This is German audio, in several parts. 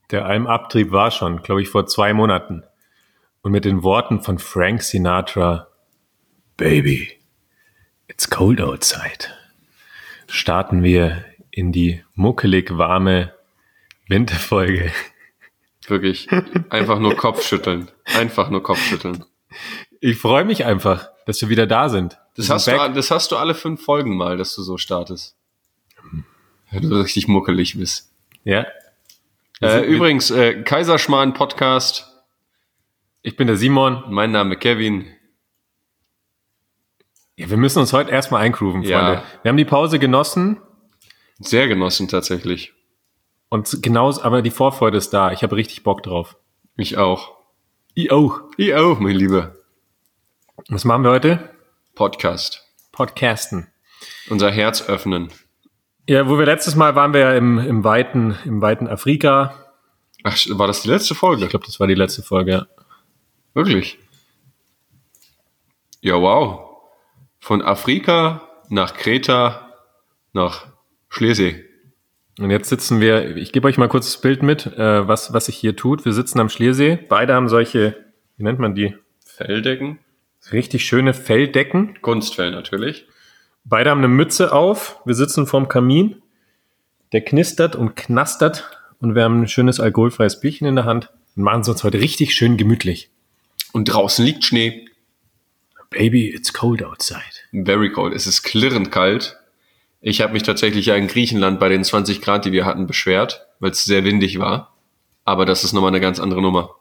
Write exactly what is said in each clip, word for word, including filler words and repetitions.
Der Almabtrieb war schon, glaube ich, vor zwei Monaten. Und mit den Worten von Frank Sinatra, Baby, it's cold outside, starten wir in die muckelig warme Winterfolge. Wirklich, einfach nur Kopfschütteln. Einfach nur Kopfschütteln. Ich freue mich einfach, dass wir wieder da sind. Das hast, du, das hast du alle fünf Folgen mal, dass du so startest. Wenn du richtig muckelig bist. Ja. Äh, übrigens, äh, Kaiserschmarrn Podcast. Ich bin der Simon. Mein Name Kevin. Ja, wir müssen uns heute erstmal eingrooven, Freunde. Ja. Wir haben die Pause genossen. Sehr genossen, tatsächlich. Und genauso, aber die Vorfreude ist da. Ich habe richtig Bock drauf. Ich auch. Ich auch. Ich auch, mein Lieber. Was machen wir heute? Podcast. Podcasten. Unser Herz öffnen. Ja, wo wir letztes Mal waren wir ja im, im weiten, im weiten Afrika. Ach, war das die letzte Folge? Ich glaube, das war die letzte Folge, ja. Wirklich? Ja, wow. Von Afrika nach Kreta nach Schlesien. Und jetzt sitzen wir, ich gebe euch mal kurz das Bild mit, äh, was, was sich hier tut. Wir sitzen am Schliersee. Beide haben solche, wie nennt man die? Felldecken. Richtig schöne Felldecken. Kunstfell natürlich. Beide haben eine Mütze auf. Wir sitzen vorm Kamin. Der knistert und knastert. Und wir haben ein schönes alkoholfreies Bierchen in der Hand. Und machen es uns heute richtig schön gemütlich. Und draußen liegt Schnee. Baby, it's cold outside. Very cold. Es ist klirrend kalt. Ich habe mich tatsächlich ja in Griechenland bei den zwanzig Grad, die wir hatten, beschwert, weil es sehr windig war. Aber das ist nochmal eine ganz andere Nummer.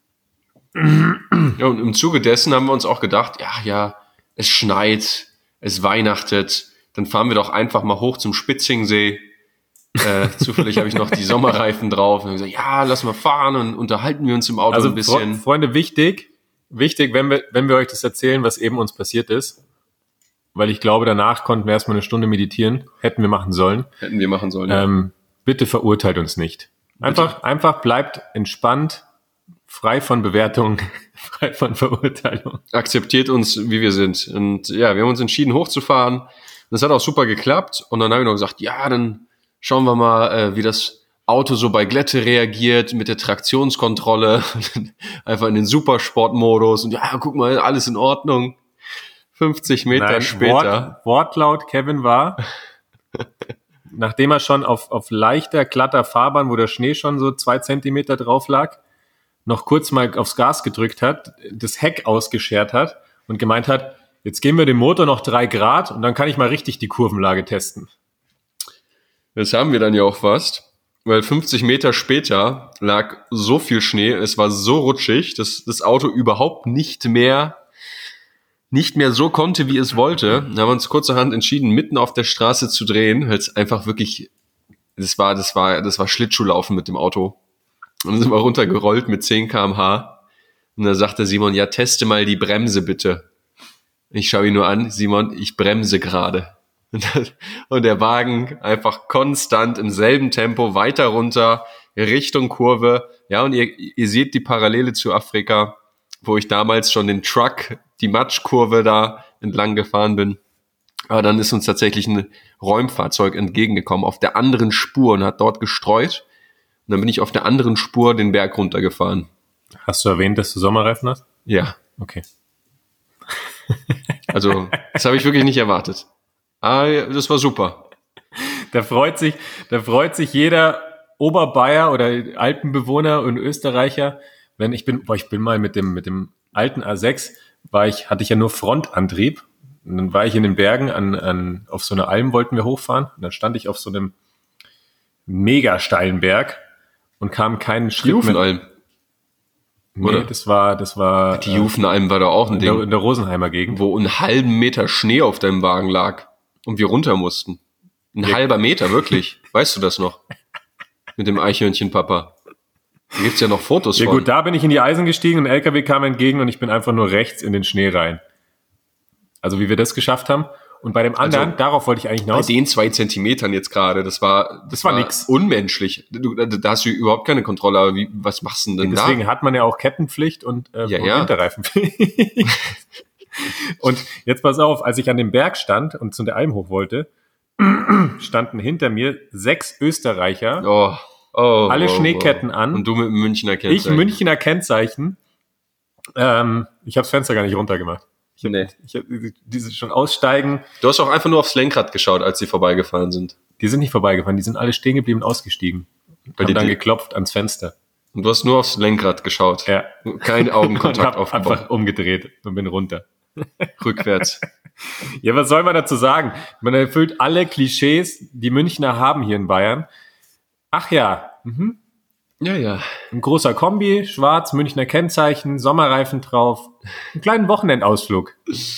Ja, und im Zuge dessen haben wir uns auch gedacht, ja, ja, es schneit, es weihnachtet, dann fahren wir doch einfach mal hoch zum Spitzingsee. Äh, zufällig habe ich noch die Sommerreifen drauf. Und gesagt, ja, lass mal fahren und unterhalten wir uns im Auto also, ein bisschen. Fre- Freunde, wichtig, wichtig, wenn wir, wenn wir euch das erzählen, was eben uns passiert ist, weil ich glaube, danach konnten wir erstmal eine Stunde meditieren, hätten wir machen sollen. Hätten wir machen sollen, ja. Ähm, bitte verurteilt uns nicht. Einfach, Bitte. einfach bleibt entspannt, frei von Bewertung, frei von Verurteilung. Akzeptiert uns, wie wir sind. Und ja, wir haben uns entschieden, hochzufahren. Das hat auch super geklappt. Und dann habe ich noch gesagt, ja, dann schauen wir mal, äh, wie das Auto so bei Glätte reagiert mit der Traktionskontrolle. Einfach in den Supersportmodus. Und ja, guck mal, alles in Ordnung. fünfzig Meter Nein, später. Wort, Wortlaut Kevin war, nachdem er schon auf, auf leichter, glatter Fahrbahn, wo der Schnee schon so zwei Zentimeter drauf lag, noch kurz mal aufs Gas gedrückt hat, das Heck ausgeschert hat und gemeint hat, jetzt geben wir dem Motor noch drei Grad und dann kann ich mal richtig die Kurvenlage testen. Das haben wir dann ja auch fast, weil fünfzig Meter später lag so viel Schnee, es war so rutschig, dass das Auto überhaupt nicht mehr nicht mehr so konnte, wie es wollte. Dann haben wir uns kurzerhand entschieden, mitten auf der Straße zu drehen, weil es einfach wirklich, das war, das war, das war Schlittschuhlaufen mit dem Auto. Und dann sind wir runtergerollt mit zehn Kilometer pro Stunde. Und dann sagte Simon, ja, teste mal die Bremse bitte. Ich schaue ihn nur an, Simon, ich bremse gerade. Und der Wagen einfach konstant im selben Tempo weiter runter, Richtung Kurve. Ja, und ihr, ihr seht die Parallele zu Afrika, wo ich damals schon den Truck, die Matschkurve da entlang gefahren bin. Aber dann ist uns tatsächlich ein Räumfahrzeug entgegengekommen auf der anderen Spur und hat dort gestreut. Und dann bin ich auf der anderen Spur den Berg runtergefahren. Hast du erwähnt, dass du Sommerreifen hast? Ja. Okay. Also, das habe ich wirklich nicht erwartet. Aber das war super. Da freut sich, da freut sich jeder Oberbayer oder Alpenbewohner und Österreicher, wenn ich bin, boah, ich bin mal mit dem, mit dem alten A sechs, war ich, hatte ich ja nur Frontantrieb. Und dann war ich in den Bergen an, an, auf so einer Alm wollten wir hochfahren. Und dann stand ich auf so einem mega steilen Berg und kam keinen Schritt Die Jufenalm. Nee, oder? das war, das war. Die Jufenalm war da auch ein in der, Ding, in der Rosenheimer Gegend. wo einen halben Meter Schnee auf deinem Wagen lag und wir runter mussten. Ein Ja. halber Meter, wirklich. Weißt du das noch? Mit dem Eichhörnchen-Papa. Da gibt's ja noch Fotos Ja von. gut, da bin ich in die Eisen gestiegen, ein L K W kam entgegen und ich bin einfach nur rechts in den Schnee rein. Also wie wir das geschafft haben. Und bei dem anderen, Also, darauf wollte ich eigentlich Bei hinaus. den zwei Zentimetern jetzt gerade, das war, das, Das war war nix. unmenschlich. Du, da, da hast du überhaupt keine Kontrolle. Aber wie, was machst du denn Deswegen da? hat man ja auch Kettenpflicht und, äh, Ja, und ja. Winterreifenpflicht. Und jetzt pass auf, als ich an dem Berg stand und zu der Alm hoch wollte, standen hinter mir sechs Österreicher Oh, Oh, alle oh, Schneeketten oh. an. Und du mit dem Münchner Ich Kennzeichen. Münchner Kennzeichen. Ähm, ich habe das Fenster gar nicht runtergemacht. Ich hab, Nee. ich hab diese schon aussteigen. Du hast auch einfach nur aufs Lenkrad geschaut, als sie vorbeigefahren sind. Die sind nicht vorbeigefahren, die sind alle stehen geblieben und ausgestiegen. Weil Haben die- dann die- geklopft ans Fenster. Und du hast nur aufs Lenkrad geschaut. Ja. Kein Und Augenkontakt hab aufgebaut. einfach umgedreht und bin runter. Rückwärts. Ja, was soll man dazu sagen? Man erfüllt alle Klischees, die Münchner haben hier in Bayern. Ach ja, mhm. Ja, ja. Ein großer Kombi, schwarz, Münchner Kennzeichen, Sommerreifen drauf, einen kleinen Wochenendausflug.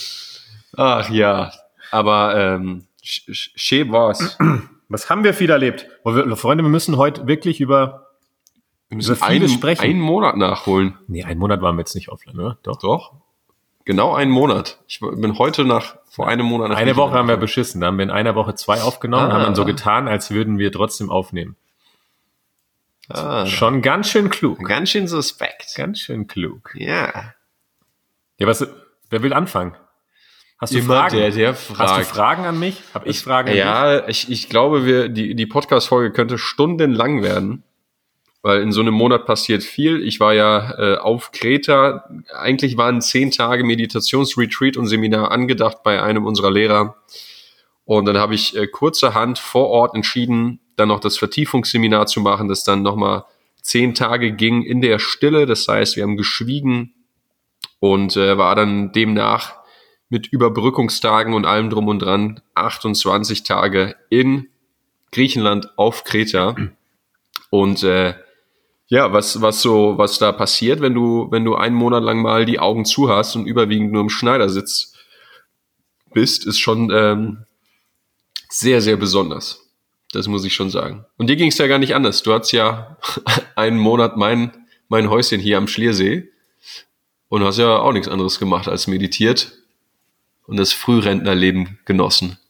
Ach ja. Aber ähm, sch- sch- schön war's. Was haben wir viel erlebt? Oh, wir, Freunde, wir müssen heute wirklich über... Wir müssen Über vieles einen, sprechen. einen Monat nachholen. Nee, einen Monat waren wir jetzt nicht offline, oder? Doch. Doch. Genau einen Monat. Ich bin heute nach, vor einem Monat nach Eine Woche haben wir Griechenland beschissen. Da haben wir in einer Woche zwei aufgenommen und Ah. haben dann so getan, als würden wir trotzdem aufnehmen. gefahren. Ah, Schon ganz schön klug. ganz schön suspekt. Ganz schön klug. Ja. Ja, was, wer will anfangen? Hast du Immer Fragen? der, der Hast du fragt. Fragen an mich? Hab ich Fragen an dich? Ja, ich, ich glaube, wir, die, die Podcast-Folge könnte stundenlang werden, weil in so einem Monat passiert viel. Ich war ja äh, auf Kreta. Eigentlich waren zehn Tage Meditationsretreat und Seminar angedacht bei einem unserer Lehrer. Und dann habe ich äh, kurzerhand vor Ort entschieden, dann noch das Vertiefungsseminar zu machen, das dann nochmal zehn Tage ging in der Stille. Das heißt, wir haben geschwiegen und äh, war dann demnach mit Überbrückungstagen und allem drum und dran achtundzwanzig Tage in Griechenland auf Kreta. Und äh, ja, was was so was da passiert, wenn du wenn du einen Monat lang mal die Augen zu hast und überwiegend nur im Schneidersitz bist, ist schon ähm, sehr sehr besonders. Das muss ich schon sagen. Und dir ging es ja gar nicht anders. Du hattest ja einen Monat mein mein Häuschen hier am Schliersee und hast ja auch nichts anderes gemacht als meditiert und das Frührentnerleben genossen.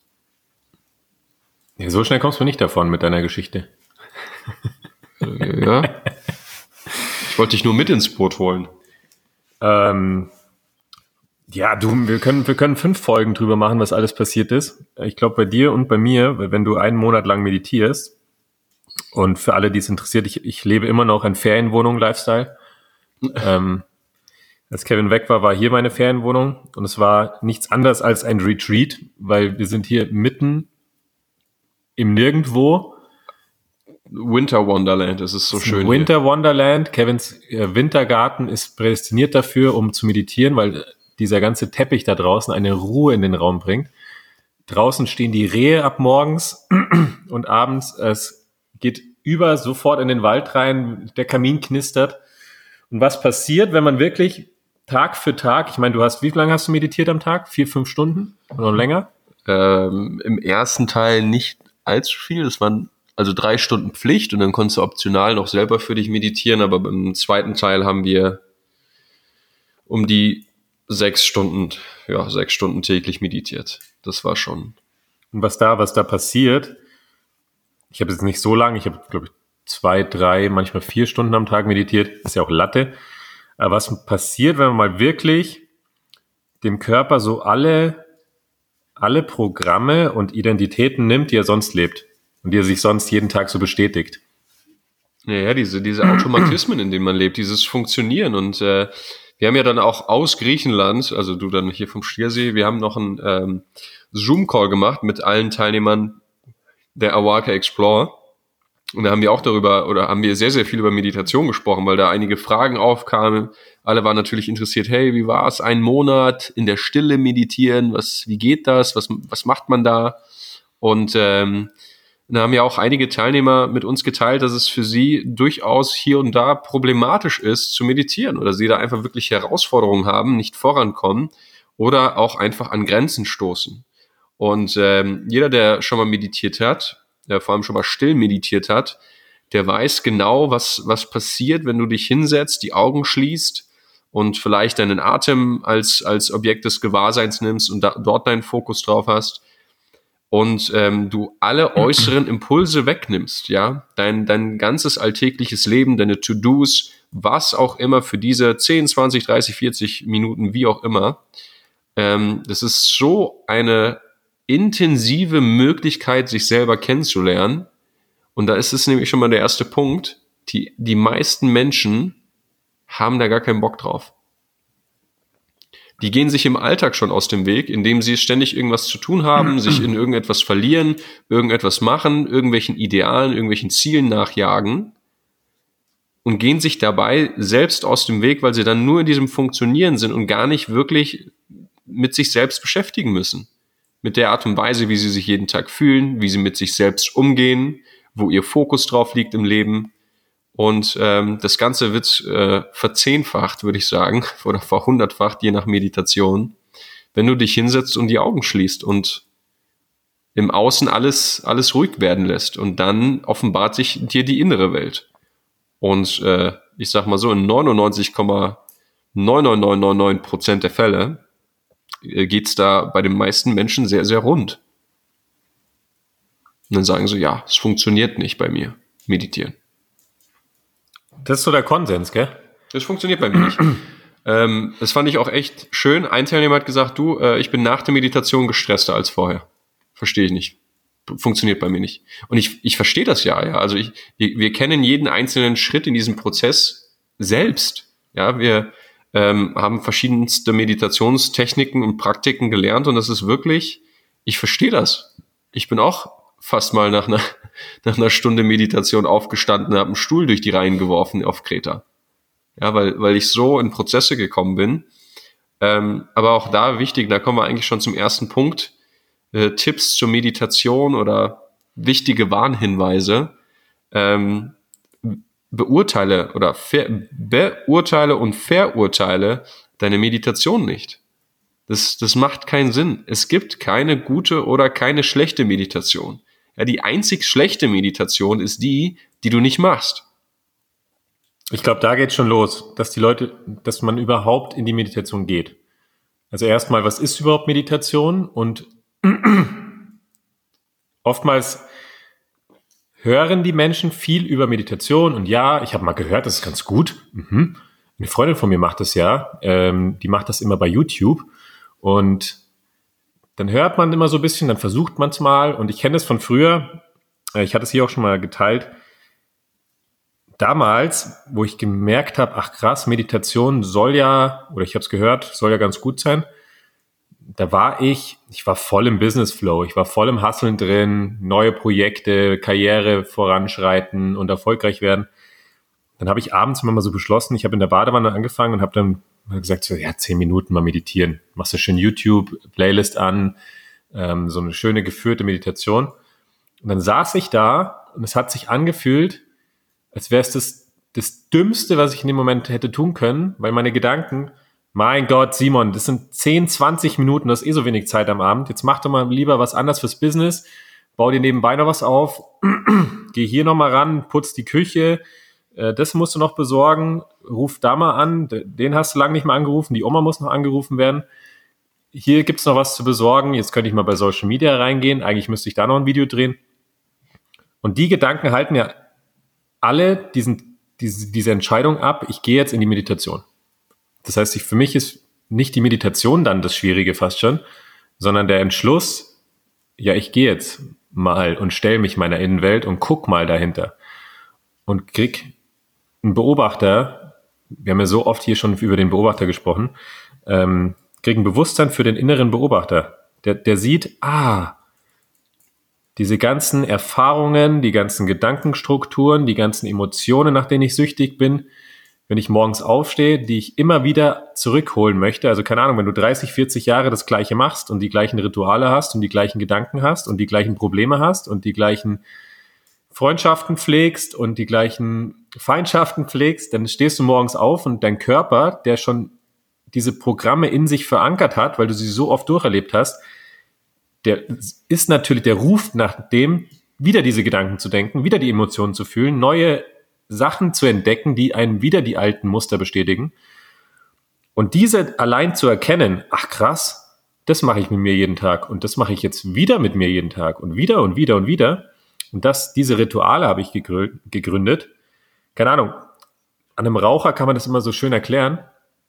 Ja, so schnell kommst du nicht davon mit deiner Geschichte. Ja. Ich wollte dich nur mit ins Boot holen. Ähm, ja, du, wir können, wir können fünf Folgen drüber machen, was alles passiert ist. Ich glaube, bei dir und bei mir, weil wenn du einen Monat lang meditierst, und für alle, die es interessiert, ich, ich lebe immer noch in Ferienwohnung-Lifestyle. ähm, als Kevin weg war, war hier meine Ferienwohnung und es war nichts anderes als ein Retreat, weil wir sind hier mitten im Nirgendwo. Winter Wonderland, es ist so schön. Winter Wonderland. Kevins äh, Wintergarten ist prädestiniert dafür, um zu meditieren, weil dieser ganze Teppich da draußen eine Ruhe in den Raum bringt. Draußen stehen die Rehe ab morgens und abends. Es geht über sofort in den Wald rein. Der Kamin knistert. Und was passiert, wenn man wirklich Tag für Tag, ich meine, du hast, wie lange hast du meditiert am Tag? Vier, fünf Stunden? Oder noch länger? Ähm, Im ersten Teil nicht allzu viel. Das waren also drei Stunden Pflicht und dann konntest du optional noch selber für dich meditieren. Aber beim zweiten Teil haben wir um die sechs Stunden, ja, sechs Stunden täglich meditiert. Das war schon. Und was da, was da passiert, ich habe jetzt nicht so lange, ich habe, glaube ich, zwei, drei, manchmal vier Stunden am Tag meditiert, ist ja auch Latte. Aber was passiert, wenn man mal wirklich dem Körper so alle, alle Programme und Identitäten nimmt, die er sonst lebt und die er sich sonst jeden Tag so bestätigt? Ja, ja, diese, diese Automatismen, in denen man lebt, dieses Funktionieren. Und äh, wir haben ja dann auch aus Griechenland, also du dann hier vom Schliersee, wir haben noch einen ähm, Zoom-Call gemacht mit allen Teilnehmern der Awaka Explore. Und da haben wir auch darüber, oder haben wir sehr, sehr viel über Meditation gesprochen, weil da einige Fragen aufkamen. Alle waren natürlich interessiert, hey, wie war es, einen Monat in der Stille meditieren? Was, wie geht das? Was, was macht man da? Und ähm, da haben ja auch einige Teilnehmer mit uns geteilt, dass es für sie durchaus hier und da problematisch ist, zu meditieren oder sie da einfach wirklich Herausforderungen haben, nicht vorankommen oder auch einfach an Grenzen stoßen. Und ähm, jeder, der schon mal meditiert hat, der vor allem schon mal still meditiert hat, der weiß genau, was, was passiert, wenn du dich hinsetzt, die Augen schließt und vielleicht deinen Atem als, als Objekt des Gewahrseins nimmst und da, dort deinen Fokus drauf hast und ähm, du alle äußeren Impulse wegnimmst, ja, dein, dein ganzes alltägliches Leben, deine To-Dos, was auch immer für diese zehn, zwanzig, dreißig, vierzig Minuten, wie auch immer. Ähm, das ist so eine intensive Möglichkeit, sich selber kennenzulernen Und da ist es nämlich schon mal der erste Punkt. Die, die meisten Menschen haben da gar keinen Bock drauf. Die gehen sich im Alltag schon aus dem Weg, indem sie ständig irgendwas zu tun haben, sich in irgendetwas verlieren, irgendetwas machen, irgendwelchen Idealen, irgendwelchen Zielen nachjagen und gehen sich dabei selbst aus dem Weg, weil sie dann nur in diesem Funktionieren sind und gar nicht wirklich mit sich selbst beschäftigen müssen. Mit der Art und Weise, wie sie sich jeden Tag fühlen, wie sie mit sich selbst umgehen, wo ihr Fokus drauf liegt im Leben. Und ähm, das Ganze wird äh, verzehnfacht, würde ich sagen, oder verhundertfacht, je nach Meditation, wenn du dich hinsetzt und die Augen schließt und im Außen alles alles ruhig werden lässt. Und dann offenbart sich dir die innere Welt. Und äh, ich sag mal so, in neunundneunzig Komma neun neun neun neun neun Prozent der Fälle äh, geht's da bei den meisten Menschen sehr, sehr rund. Und dann sagen sie, ja, es funktioniert nicht bei mir, meditieren. Das ist so der Konsens, gell? Das funktioniert bei mir nicht. ähm, das fand ich auch echt schön. Ein Teilnehmer hat gesagt, du, äh, ich bin nach der Meditation gestresster als vorher. Verstehe ich nicht. Funktioniert bei mir nicht. Und ich, ich verstehe das ja, ja. Also ich, wir, wir kennen jeden einzelnen Schritt in diesem Prozess selbst. Ja, wir ähm, haben verschiedenste Meditationstechniken und Praktiken gelernt und das ist wirklich, ich verstehe das. Ich bin auch fast mal nach einer, nach einer Stunde Meditation aufgestanden, habe einen Stuhl durch die Reihen geworfen auf Kreta. Ja, weil, weil ich so in Prozesse gekommen bin. Ähm, aber auch da wichtig, da kommen wir eigentlich schon zum ersten Punkt, äh, Tipps zur Meditation oder wichtige Warnhinweise. Ähm, beurteile oder ver, beurteile und verurteile deine Meditation nicht. Das, das macht keinen Sinn. Es gibt keine gute oder keine schlechte Meditation. Ja, die einzig schlechte Meditation ist die, die du nicht machst. Ich glaube, da geht's schon los, dass die Leute, dass man überhaupt in die Meditation geht. Also erstmal, was ist überhaupt Meditation? Und oftmals hören die Menschen viel über Meditation und ja, ich habe mal gehört, das ist ganz gut. Mhm. Eine Freundin von mir macht das ja, ähm, die macht das immer bei YouTube und dann hört man immer so ein bisschen, dann versucht man es mal und ich kenne das von früher, ich hatte es hier auch schon mal geteilt, damals, wo ich gemerkt habe, ach krass, Meditation soll ja, oder ich habe es gehört, soll ja ganz gut sein, da war ich, ich war voll im Business Flow, ich war voll im Hustlen drin, neue Projekte, Karriere voranschreiten und erfolgreich werden. Dann habe ich abends immer mal so beschlossen, ich habe in der Badewanne angefangen und habe dann gesagt, so, ja, zehn Minuten mal meditieren. Machst du schön YouTube, Playlist an, ähm, so eine schöne geführte Meditation. Und dann saß ich da und es hat sich angefühlt, als wäre es das, das Dümmste, was ich in dem Moment hätte tun können, weil meine Gedanken, mein Gott, Simon, das sind zehn, zwanzig Minuten, du hast eh so wenig Zeit am Abend, jetzt mach doch mal lieber was anderes fürs Business, bau dir nebenbei noch was auf, geh hier noch mal ran, putz die Küche, das musst du noch besorgen, ruf da mal an, den hast du lange nicht mehr angerufen, die Oma muss noch angerufen werden, hier gibt's noch was zu besorgen, jetzt könnte ich mal bei Social Media reingehen, eigentlich müsste ich da noch ein Video drehen. Und die Gedanken halten ja alle diesen, diese, diese Entscheidung ab, ich gehe jetzt in die Meditation. Das heißt, ich, für mich ist nicht die Meditation dann das Schwierige fast schon, sondern der Entschluss, ja, ich gehe jetzt mal und stelle mich meiner Innenwelt und guck mal dahinter und krieg einen Beobachter, wir haben ja so oft hier schon über den Beobachter gesprochen, ähm, krieg ein Bewusstsein für den inneren Beobachter, der, der sieht, ah, diese ganzen Erfahrungen, die ganzen Gedankenstrukturen, die ganzen Emotionen, nach denen ich süchtig bin, wenn ich morgens aufstehe, die ich immer wieder zurückholen möchte. Also keine Ahnung, wenn du dreißig, vierzig Jahre das Gleiche machst und die gleichen Rituale hast und die gleichen Gedanken hast und die gleichen Probleme hast und die gleichen Freundschaften pflegst und die gleichen Feindschaften pflegst, dann stehst du morgens auf und dein Körper, der schon diese Programme in sich verankert hat, weil du sie so oft durcherlebt hast, der ist natürlich, der ruft nach dem, wieder diese Gedanken zu denken, wieder die Emotionen zu fühlen, neue Sachen zu entdecken, die einen wieder die alten Muster bestätigen. Und diese allein zu erkennen, ach krass, das mache ich mit mir jeden Tag und das mache ich jetzt wieder mit mir jeden Tag und wieder und wieder und wieder. Und das, diese Rituale habe ich gegründet. Keine Ahnung, an einem Raucher kann man das immer so schön erklären.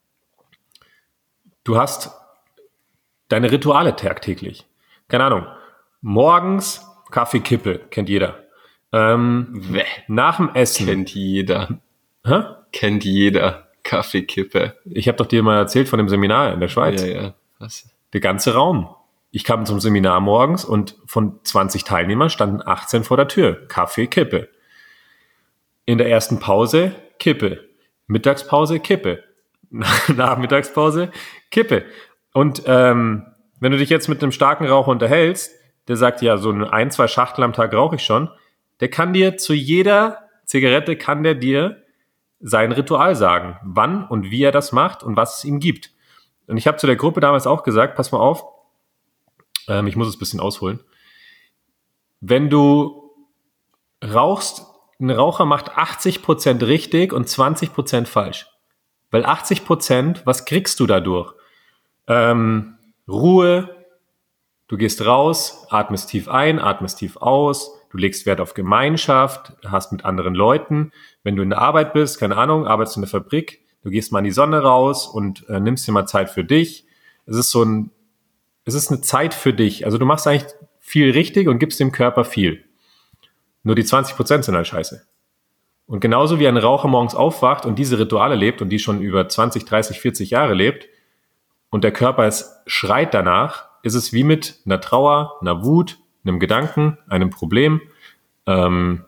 Du hast deine Rituale tagtäglich. Keine Ahnung, morgens Kaffee, Kippe, kennt jeder. Ähm, nach dem Essen. Kennt jeder. Hä? Kennt jeder. Kaffeekippe. Ich habe doch dir mal erzählt von dem Seminar in der Schweiz. Ja, ja. Was? Der ganze Raum. Ich kam zum Seminar morgens und von zwanzig Teilnehmern standen achtzehn vor der Tür. Kaffee, Kippe. In der ersten Pause Kippe. Mittagspause Kippe. Nachmittagspause Kippe. Und ähm, wenn du dich jetzt mit einem starken Raucher unterhältst, der sagt, ja, so ein, zwei Schachtel am Tag rauche ich schon, der kann dir zu jeder Zigarette, kann der dir sein Ritual sagen, wann und wie er das macht und was es ihm gibt. Und ich habe zu der Gruppe damals auch gesagt, pass mal auf, ähm, ich muss es ein bisschen ausholen. Wenn du rauchst, ein Raucher macht achtzig Prozent richtig und zwanzig Prozent falsch. Weil achtzig Prozent, was kriegst du dadurch? Ähm, Ruhe, du gehst raus, atmest tief ein, atmest tief aus, du legst Wert auf Gemeinschaft, hast mit anderen Leuten. Wenn du in der Arbeit bist, keine Ahnung, arbeitest in der Fabrik, du gehst mal in die Sonne raus und äh, nimmst dir mal Zeit für dich. Es ist so ein, es ist eine Zeit für dich. Also du machst eigentlich viel richtig und gibst dem Körper viel. Nur die zwanzig Prozent sind halt scheiße. Und genauso wie ein Raucher morgens aufwacht und diese Rituale lebt und die schon über zwanzig, dreißig, vierzig Jahre lebt und der Körper es schreit danach, ist es wie mit einer Trauer, einer Wut, einem Gedanken, einem Problem ähm,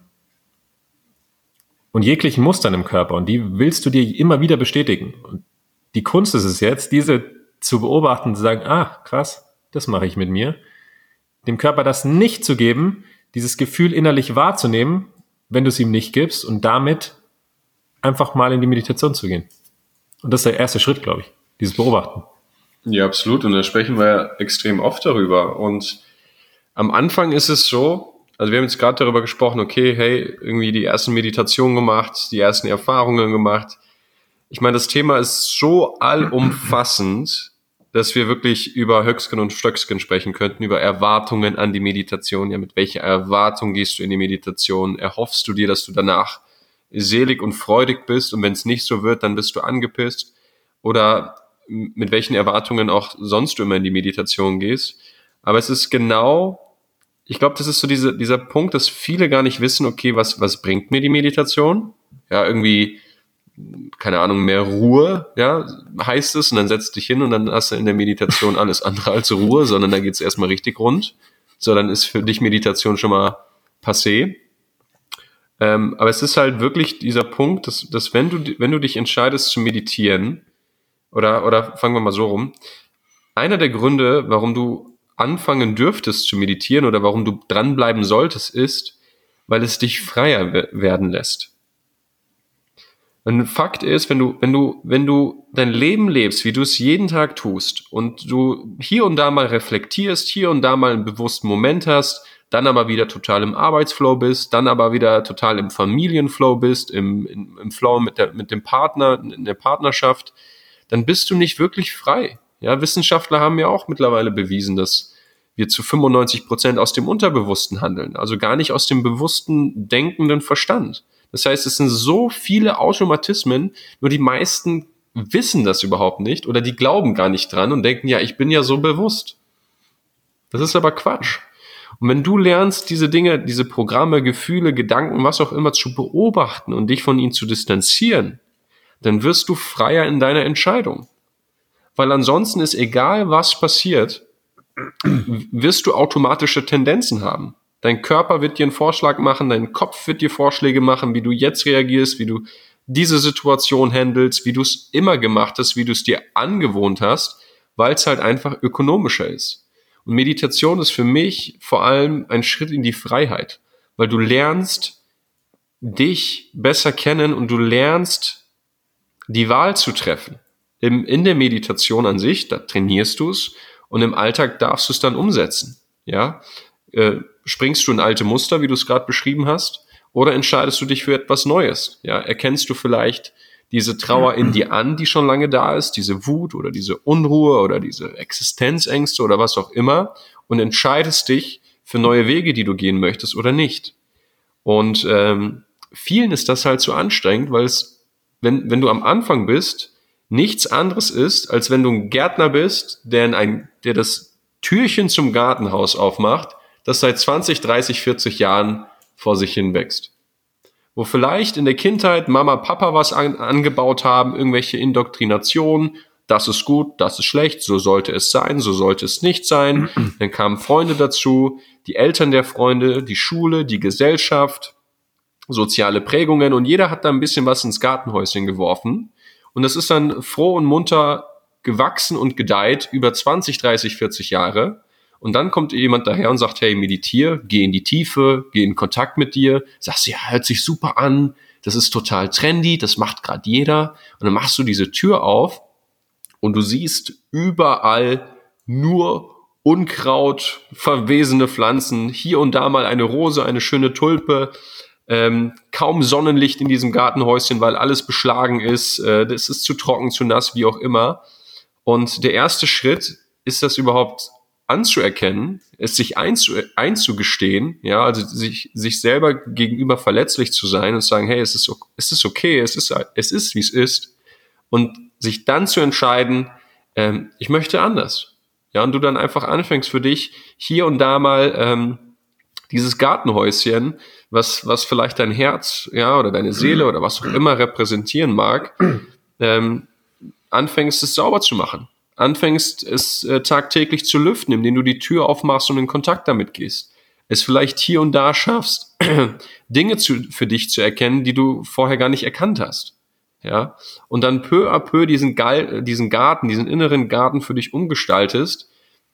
und jeglichen Mustern im Körper. Und die willst du dir immer wieder bestätigen. Und die Kunst ist es jetzt, diese zu beobachten und zu sagen, ah, krass, das mache ich mit mir. Dem Körper das nicht zu geben, dieses Gefühl innerlich wahrzunehmen, wenn du es ihm nicht gibst und damit einfach mal in die Meditation zu gehen. Und das ist der erste Schritt, glaube ich, dieses Beobachten. Ja, absolut. Und da sprechen wir ja extrem oft darüber. Und am Anfang ist es so, also wir haben jetzt gerade darüber gesprochen, okay, hey, irgendwie die ersten Meditationen gemacht, die ersten Erfahrungen gemacht. Ich meine, das Thema ist so allumfassend, dass wir wirklich über Höcksken und Stöcksken sprechen könnten, über Erwartungen an die Meditation. Ja, mit welcher Erwartung gehst du in die Meditation? Erhoffst du dir, dass du danach selig und freudig bist? Und wenn es nicht so wird, dann bist du angepisst? Oder mit welchen Erwartungen auch sonst du immer in die Meditation gehst? Aber es ist genau, ich glaube, das ist so diese, dieser Punkt, dass viele gar nicht wissen, okay, was, was bringt mir die Meditation? Ja, irgendwie, keine Ahnung, mehr Ruhe, ja, heißt es, und dann setzt dich hin und dann hast du in der Meditation alles andere als Ruhe, sondern da geht's erstmal richtig rund. So, dann ist für dich Meditation schon mal passé. Ähm, aber es ist halt wirklich dieser Punkt, dass, dass wenn du, wenn du dich entscheidest zu meditieren, oder, oder fangen wir mal so rum, einer der Gründe, warum du anfangen dürftest zu meditieren oder warum du dranbleiben solltest, ist, weil es dich freier werden lässt. Und Fakt ist, wenn du, wenn du, wenn du dein Leben lebst, wie du es jeden Tag tust und du hier und da mal reflektierst, hier und da mal einen bewussten Moment hast, dann aber wieder total im Arbeitsflow bist, dann aber wieder total im Familienflow bist, im, im, im Flow mit der, mit dem Partner, in der Partnerschaft, dann bist du nicht wirklich frei. Ja, Wissenschaftler haben ja auch mittlerweile bewiesen, dass wir zu fünfundneunzig Prozent aus dem Unterbewussten handeln, also gar nicht aus dem bewussten, denkenden Verstand. Das heißt, es sind so viele Automatismen, nur die meisten wissen das überhaupt nicht oder die glauben gar nicht dran und denken, ja, ich bin ja so bewusst. Das ist aber Quatsch. Und wenn du lernst, diese Dinge, diese Programme, Gefühle, Gedanken, was auch immer zu beobachten und dich von ihnen zu distanzieren, dann wirst du freier in deiner Entscheidung. Weil ansonsten ist egal, was passiert, wirst du automatische Tendenzen haben. Dein Körper wird dir einen Vorschlag machen, dein Kopf wird dir Vorschläge machen, wie du jetzt reagierst, wie du diese Situation handelst, wie du es immer gemacht hast, wie du es dir angewohnt hast, weil es halt einfach ökonomischer ist. Und Meditation ist für mich vor allem ein Schritt in die Freiheit, weil du lernst, dich besser kennen und du lernst, die Wahl zu treffen. Im, in der Meditation an sich, da trainierst du es und im Alltag darfst du es dann umsetzen. Ja, äh, springst du in alte Muster, wie du es gerade beschrieben hast, oder entscheidest du dich für etwas Neues? Ja, erkennst du vielleicht diese Trauer in dir an, die schon lange da ist, diese Wut oder diese Unruhe oder diese Existenzängste oder was auch immer und entscheidest dich für neue Wege, die du gehen möchtest oder nicht. Und ähm, vielen ist das halt zu anstrengend, weil es, wenn, wenn du am Anfang bist, nichts anderes ist, als wenn du ein Gärtner bist, der, in ein, der das Türchen zum Gartenhaus aufmacht, das seit zwanzig, dreißig, vierzig Jahren vor sich hin wächst. Wo vielleicht in der Kindheit Mama, Papa was an, angebaut haben, irgendwelche Indoktrinationen, das ist gut, das ist schlecht, so sollte es sein, so sollte es nicht sein. Dann kamen Freunde dazu, die Eltern der Freunde, die Schule, die Gesellschaft, soziale Prägungen und jeder hat da ein bisschen was ins Gartenhäuschen geworfen. Und das ist dann froh und munter gewachsen und gedeiht über zwanzig, dreißig, vierzig Jahre. Und dann kommt jemand daher und sagt, hey, meditier, geh in die Tiefe, geh in Kontakt mit dir. Sagst du, ja, hört sich super an, das ist total trendy, das macht gerade jeder. Und dann machst du diese Tür auf und du siehst überall nur Unkraut, verwesene Pflanzen, hier und da mal eine Rose, eine schöne Tulpe, ähm, kaum Sonnenlicht in diesem Gartenhäuschen, weil alles beschlagen ist, äh, das ist zu trocken, zu nass, wie auch immer. Und der erste Schritt ist das überhaupt anzuerkennen, es sich einzu, einzugestehen, ja, also sich, sich selber gegenüber verletzlich zu sein und zu sagen, hey, es ist, es ist okay, es ist, es ist, wie es ist. Und sich dann zu entscheiden, ähm, ich möchte anders. Ja, und du dann einfach anfängst für dich hier und da mal ähm, dieses Gartenhäuschen, was was vielleicht dein Herz, ja, oder deine Seele oder was auch immer repräsentieren mag, ähm, anfängst es sauber zu machen. Anfängst es äh, tagtäglich zu lüften, indem du die Tür aufmachst und in Kontakt damit gehst. Es vielleicht hier und da schaffst, Dinge zu, für dich zu erkennen, die du vorher gar nicht erkannt hast. Ja, und dann peu à peu diesen, Gal- diesen Garten, diesen inneren Garten für dich umgestaltest,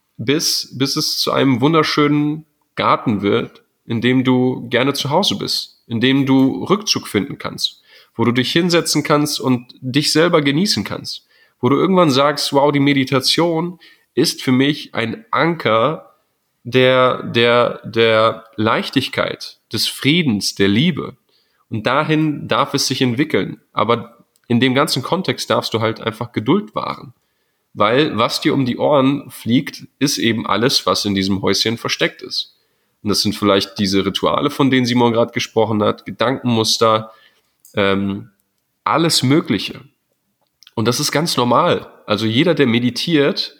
bis, bis es zu einem wunderschönen Garten wird, in dem du gerne zu Hause bist, in dem du Rückzug finden kannst, wo du dich hinsetzen kannst und dich selber genießen kannst, wo du irgendwann sagst, wow, die Meditation ist für mich ein Anker der, der, der Leichtigkeit, des Friedens, der Liebe. Und dahin darf es sich entwickeln. Aber in dem ganzen Kontext darfst du halt einfach Geduld wahren. Weil was dir um die Ohren fliegt, ist eben alles, was in diesem Häuschen versteckt ist. Und das sind vielleicht diese Rituale, von denen Simon gerade gesprochen hat, Gedankenmuster, ähm, alles Mögliche. Und das ist ganz normal. Also jeder, der meditiert,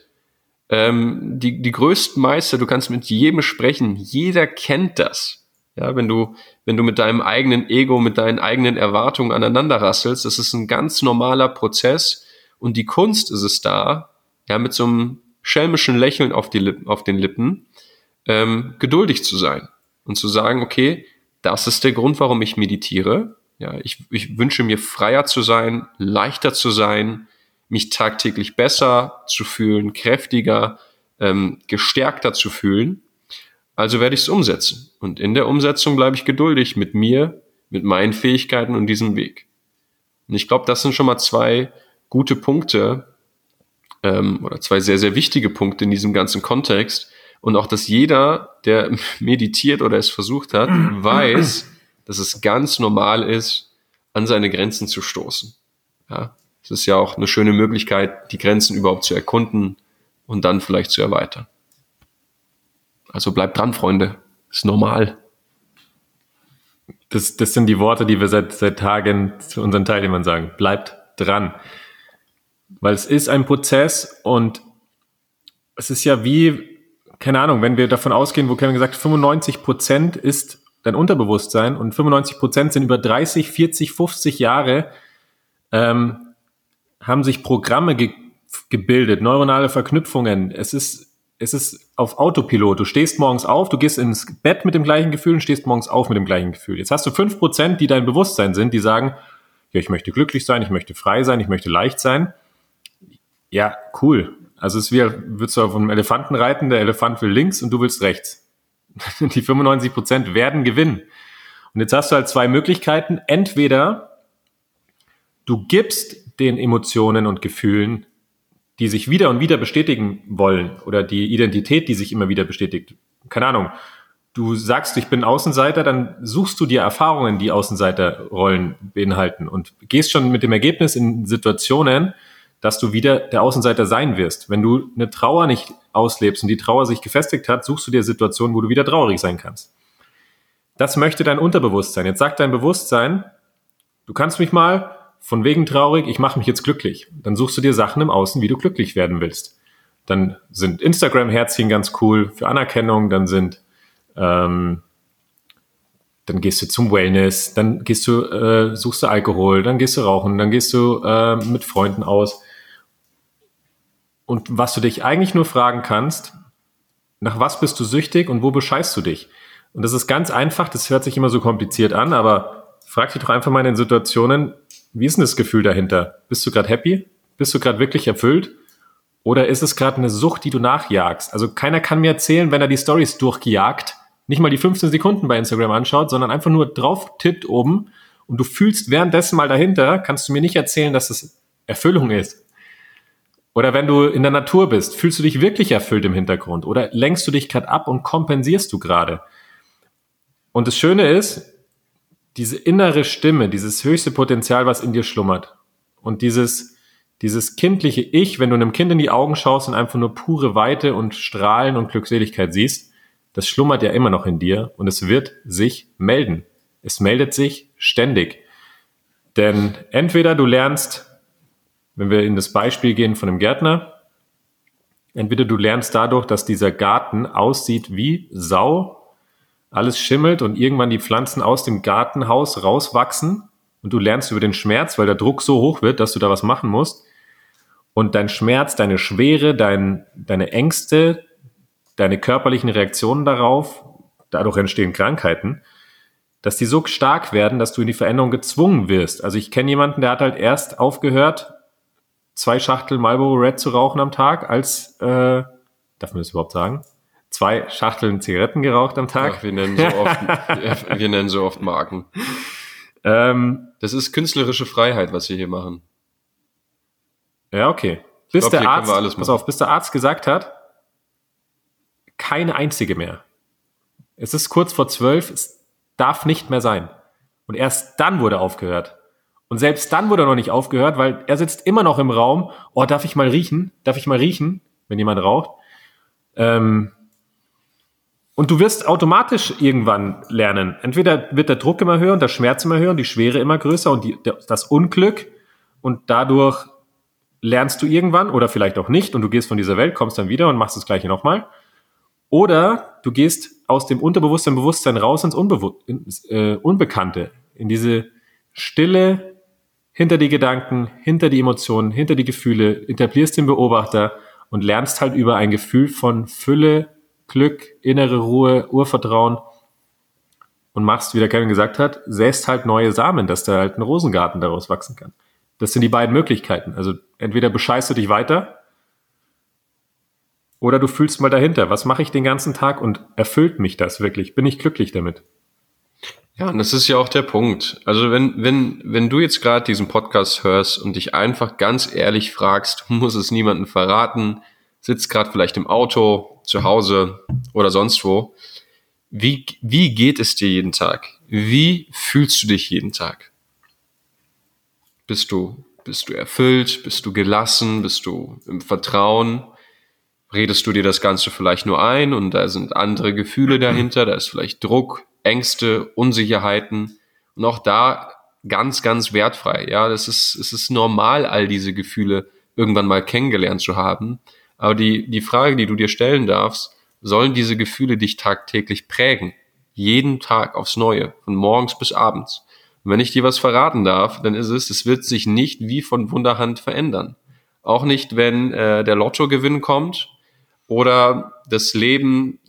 ähm, die, die größten Meister, du kannst mit jedem sprechen, jeder kennt das. Ja, wenn du, wenn du mit deinem eigenen Ego, mit deinen eigenen Erwartungen aneinander rasselst, das ist ein ganz normaler Prozess und die Kunst ist es da, ja, mit so einem schelmischen Lächeln auf die Lippen, auf den Lippen, ähm, geduldig zu sein und zu sagen, okay, das ist der Grund, warum ich meditiere. Ja, ich, ich wünsche mir freier zu sein, leichter zu sein, mich tagtäglich besser zu fühlen, kräftiger, ähm, gestärkter zu fühlen. Also werde ich es umsetzen. Und in der Umsetzung bleibe ich geduldig mit mir, mit meinen Fähigkeiten und diesem Weg. Und ich glaube, das sind schon mal zwei gute Punkte ähm, oder zwei sehr, sehr wichtige Punkte in diesem ganzen Kontext. Und auch, dass jeder, der meditiert oder es versucht hat, weiß, dass es ganz normal ist, an seine Grenzen zu stoßen. Ja, es ist ja auch eine schöne Möglichkeit, die Grenzen überhaupt zu erkunden und dann vielleicht zu erweitern. Also bleibt dran, Freunde. Ist normal. Das, das sind die Worte, die wir seit, seit Tagen zu unseren Teilnehmern sagen. Bleibt dran. Weil es ist ein Prozess und es ist ja wie, keine Ahnung, wenn wir davon ausgehen, wo Kevin gesagt hat, fünfundneunzig Prozent ist dein Unterbewusstsein und fünfundneunzig Prozent sind über dreißig, vierzig, fünfzig Jahre, ähm, haben sich Programme ge- gebildet, neuronale Verknüpfungen. Es ist Es ist auf Autopilot. Du stehst morgens auf, du gehst ins Bett mit dem gleichen Gefühl und stehst morgens auf mit dem gleichen Gefühl. Jetzt hast du fünf Prozent, die dein Bewusstsein sind, die sagen, ja, ich möchte glücklich sein, ich möchte frei sein, ich möchte leicht sein. Ja, cool. Also es ist wie, würdest du auf einem Elefanten reiten, der Elefant will links und du willst rechts. Die fünfundneunzig Prozent werden gewinnen. Und jetzt hast du halt zwei Möglichkeiten. Entweder du gibst den Emotionen und Gefühlen, die sich wieder und wieder bestätigen wollen oder die Identität, die sich immer wieder bestätigt. Keine Ahnung, du sagst, ich bin Außenseiter, dann suchst du dir Erfahrungen, die Außenseiterrollen beinhalten und gehst schon mit dem Ergebnis in Situationen, dass du wieder der Außenseiter sein wirst. Wenn du eine Trauer nicht auslebst und die Trauer sich gefestigt hat, suchst du dir Situationen, wo du wieder traurig sein kannst. Das möchte dein Unterbewusstsein. Jetzt sagt dein Bewusstsein, du kannst mich mal von wegen traurig, ich mache mich jetzt glücklich. Dann suchst du dir Sachen im Außen, wie du glücklich werden willst. Dann sind Instagram-Herzchen ganz cool für Anerkennung, dann sind ähm, dann gehst du zum Wellness, dann gehst du, äh, suchst du Alkohol, dann gehst du rauchen, dann gehst du äh, mit Freunden aus. Und was du dich eigentlich nur fragen kannst, nach was bist du süchtig und wo bescheißt du dich? Und das ist ganz einfach, das hört sich immer so kompliziert an, aber frag dich doch einfach mal in den Situationen, wie ist denn das Gefühl dahinter? Bist du gerade happy? Bist du gerade wirklich erfüllt? Oder ist es gerade eine Sucht, die du nachjagst? Also keiner kann mir erzählen, wenn er die Stories durchgejagt, nicht mal die fünfzehn Sekunden bei Instagram anschaut, sondern einfach nur drauf tippt oben und du fühlst währenddessen mal dahinter, kannst du mir nicht erzählen, dass es Erfüllung ist. Oder wenn du in der Natur bist, fühlst du dich wirklich erfüllt im Hintergrund? Oder lenkst du dich gerade ab und kompensierst du gerade? Und das Schöne ist, diese innere Stimme, dieses höchste Potenzial, was in dir schlummert und dieses, dieses kindliche Ich, wenn du einem Kind in die Augen schaust und einfach nur pure Weite und Strahlen und Glückseligkeit siehst, das schlummert ja immer noch in dir und es wird sich melden. Es meldet sich ständig. Denn entweder du lernst, wenn wir in das Beispiel gehen von einem Gärtner, entweder du lernst dadurch, dass dieser Garten aussieht wie Sau, alles schimmelt und irgendwann die Pflanzen aus dem Gartenhaus rauswachsen und du lernst über den Schmerz, weil der Druck so hoch wird, dass du da was machen musst und dein Schmerz, deine Schwere, dein, deine Ängste, deine körperlichen Reaktionen darauf, dadurch entstehen Krankheiten, dass die so stark werden, dass du in die Veränderung gezwungen wirst. Also ich kenne jemanden, der hat halt erst aufgehört, zwei Schachteln Marlboro Red zu rauchen am Tag, als, äh, darf man das überhaupt sagen? Zwei Schachteln Zigaretten geraucht am Tag. Ach, wir nennen so oft, wir nennen so oft Marken. Ähm, das ist künstlerische Freiheit, was wir hier machen. Ja, okay. Bis glaub, der Arzt, pass auf, bis der Arzt gesagt hat, keine einzige mehr. Es ist kurz vor zwölf, es darf nicht mehr sein. Und erst dann wurde aufgehört. Und selbst dann wurde noch nicht aufgehört, weil er sitzt immer noch im Raum. Oh, darf ich mal riechen? Darf ich mal riechen, wenn jemand raucht? Ähm, und du wirst automatisch irgendwann lernen. Entweder wird der Druck immer höher und der Schmerz immer höher und die Schwere immer größer und die, das Unglück. Und dadurch lernst du irgendwann oder vielleicht auch nicht und du gehst von dieser Welt, kommst dann wieder und machst das Gleiche nochmal. Oder du gehst aus dem Unterbewusstsein, Bewusstsein raus ins, Unbewu- ins äh, Unbekannte, in diese Stille, hinter die Gedanken, hinter die Emotionen, hinter die Gefühle, etablierst den Beobachter und lernst halt über ein Gefühl von Fülle, Glück, innere Ruhe, Urvertrauen und machst, wie der Kevin gesagt hat, säst halt neue Samen, dass da halt ein Rosengarten daraus wachsen kann. Das sind die beiden Möglichkeiten. Also entweder bescheißt du dich weiter oder du fühlst mal dahinter, was mache ich den ganzen Tag und erfüllt mich das wirklich? Bin ich glücklich damit? Ja, und das ist ja auch der Punkt. Also wenn wenn wenn du jetzt gerade diesen Podcast hörst und dich einfach ganz ehrlich fragst, du musst es niemandem verraten, sitzt gerade vielleicht im Auto, zu Hause oder sonst wo, wie wie geht es dir jeden Tag? Wie fühlst du dich jeden Tag? Bist du bist du erfüllt? Bist du gelassen? Bist du im Vertrauen? Redest du dir das Ganze vielleicht nur ein und da sind andere Gefühle dahinter, da ist vielleicht Druck, Ängste, Unsicherheiten und auch da ganz, ganz wertfrei. Ja, das ist, es ist normal, all diese Gefühle irgendwann mal kennengelernt zu haben. Aber die, die Frage, die du dir stellen darfst, sollen diese Gefühle dich tagtäglich prägen? Jeden Tag aufs Neue, von morgens bis abends. Und wenn ich dir was verraten darf, dann ist es, es wird sich nicht wie von Wunderhand verändern. Auch nicht, wenn äh, der Lottogewinn kommt oder das Leben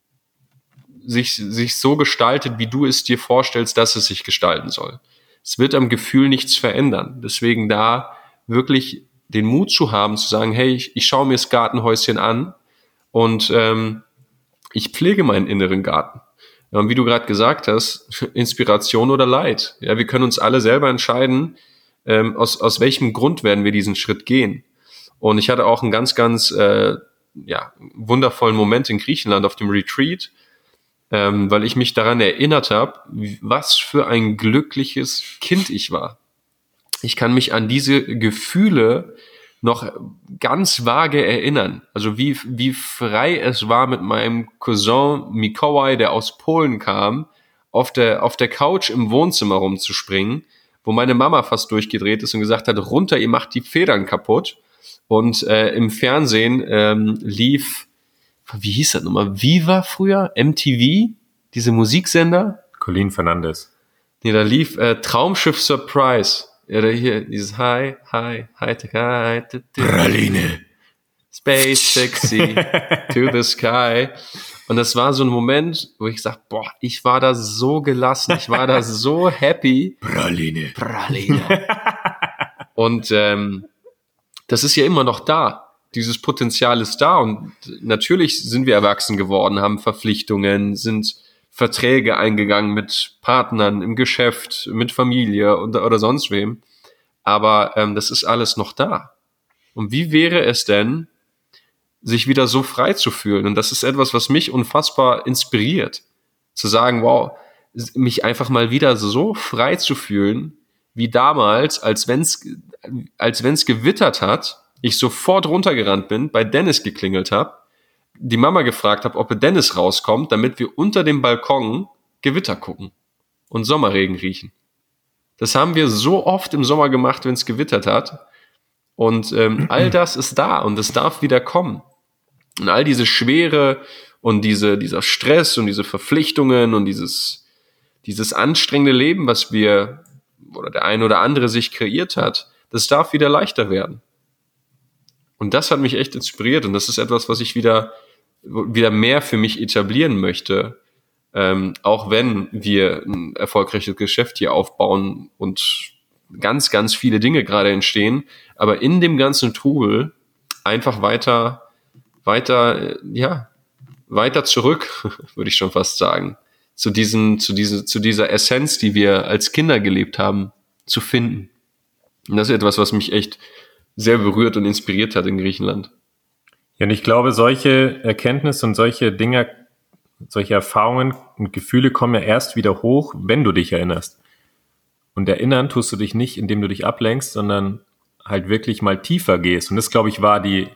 sich, sich so gestaltet, wie du es dir vorstellst, dass es sich gestalten soll. Es wird am Gefühl nichts verändern. Deswegen da wirklich den Mut zu haben, zu sagen, hey, ich, ich schaue mir das Gartenhäuschen an und ähm, ich pflege meinen inneren Garten. Ja, und wie du gerade gesagt hast, Inspiration oder Leid. Ja, wir können uns alle selber entscheiden, ähm, aus, aus welchem Grund werden wir diesen Schritt gehen. Und ich hatte auch einen ganz, ganz äh, ja, wundervollen Moment in Griechenland auf dem Retreat, ähm, weil ich mich daran erinnert habe, was für ein glückliches Kind ich war. Ich kann mich an diese Gefühle noch ganz vage erinnern. Also wie, wie frei es war mit meinem Cousin Mikołaj, der aus Polen kam, auf der, auf der Couch im Wohnzimmer rumzuspringen, wo meine Mama fast durchgedreht ist und gesagt hat, runter, ihr macht die Federn kaputt. Und äh, im Fernsehen ähm, lief, wie hieß das nochmal, Viva früher? M T V? Diese Musiksender? Colleen Fernandes. Nee, da lief äh, Traumschiff Surprise. Ja, da hier, dieses Hi, Hi, Hi, Hi, Praline. Space Sexy to the Sky. Und das war so ein Moment, wo ich sag, boah, ich war da so gelassen, ich war da so happy. Praline. Praline. Und ähm, das ist ja immer noch da. Dieses Potenzial ist da. Und natürlich sind wir erwachsen geworden, haben Verpflichtungen, sind Verträge eingegangen mit Partnern im Geschäft, mit Familie und, oder sonst wem. Aber ähm, das ist alles noch da. Und wie wäre es denn, sich wieder so frei zu fühlen? Und das ist etwas, was mich unfassbar inspiriert. Zu sagen, wow, mich einfach mal wieder so frei zu fühlen, wie damals, als wenn's, als wenn's gewittert hat, ich sofort runtergerannt bin, bei Dennis geklingelt habe, die Mama gefragt habe, ob Dennis rauskommt, damit wir unter dem Balkon Gewitter gucken und Sommerregen riechen. Das haben wir so oft im Sommer gemacht, wenn es gewittert hat. Und ähm, all das ist da und es darf wieder kommen. Und all diese Schwere und diese, dieser Stress und diese Verpflichtungen und dieses, dieses anstrengende Leben, was wir oder der eine oder andere sich kreiert hat, das darf wieder leichter werden. Und das hat mich echt inspiriert und das ist etwas, was ich wieder, wieder mehr für mich etablieren möchte, ähm, auch wenn wir ein erfolgreiches Geschäft hier aufbauen und ganz, ganz viele Dinge gerade entstehen, aber in dem ganzen Trubel einfach weiter, weiter, ja, weiter zurück, würde ich schon fast sagen, zu diesen, zu diese, zu dieser Essenz, die wir als Kinder gelebt haben, zu finden. Und das ist etwas, was mich echt sehr berührt und inspiriert hat in Griechenland. Ja, und ich glaube, solche Erkenntnisse und solche Dinge, solche Erfahrungen und Gefühle kommen ja erst wieder hoch, wenn du dich erinnerst. Und erinnern tust du dich nicht, indem du dich ablenkst, sondern halt wirklich mal tiefer gehst. Und das, glaube ich, war die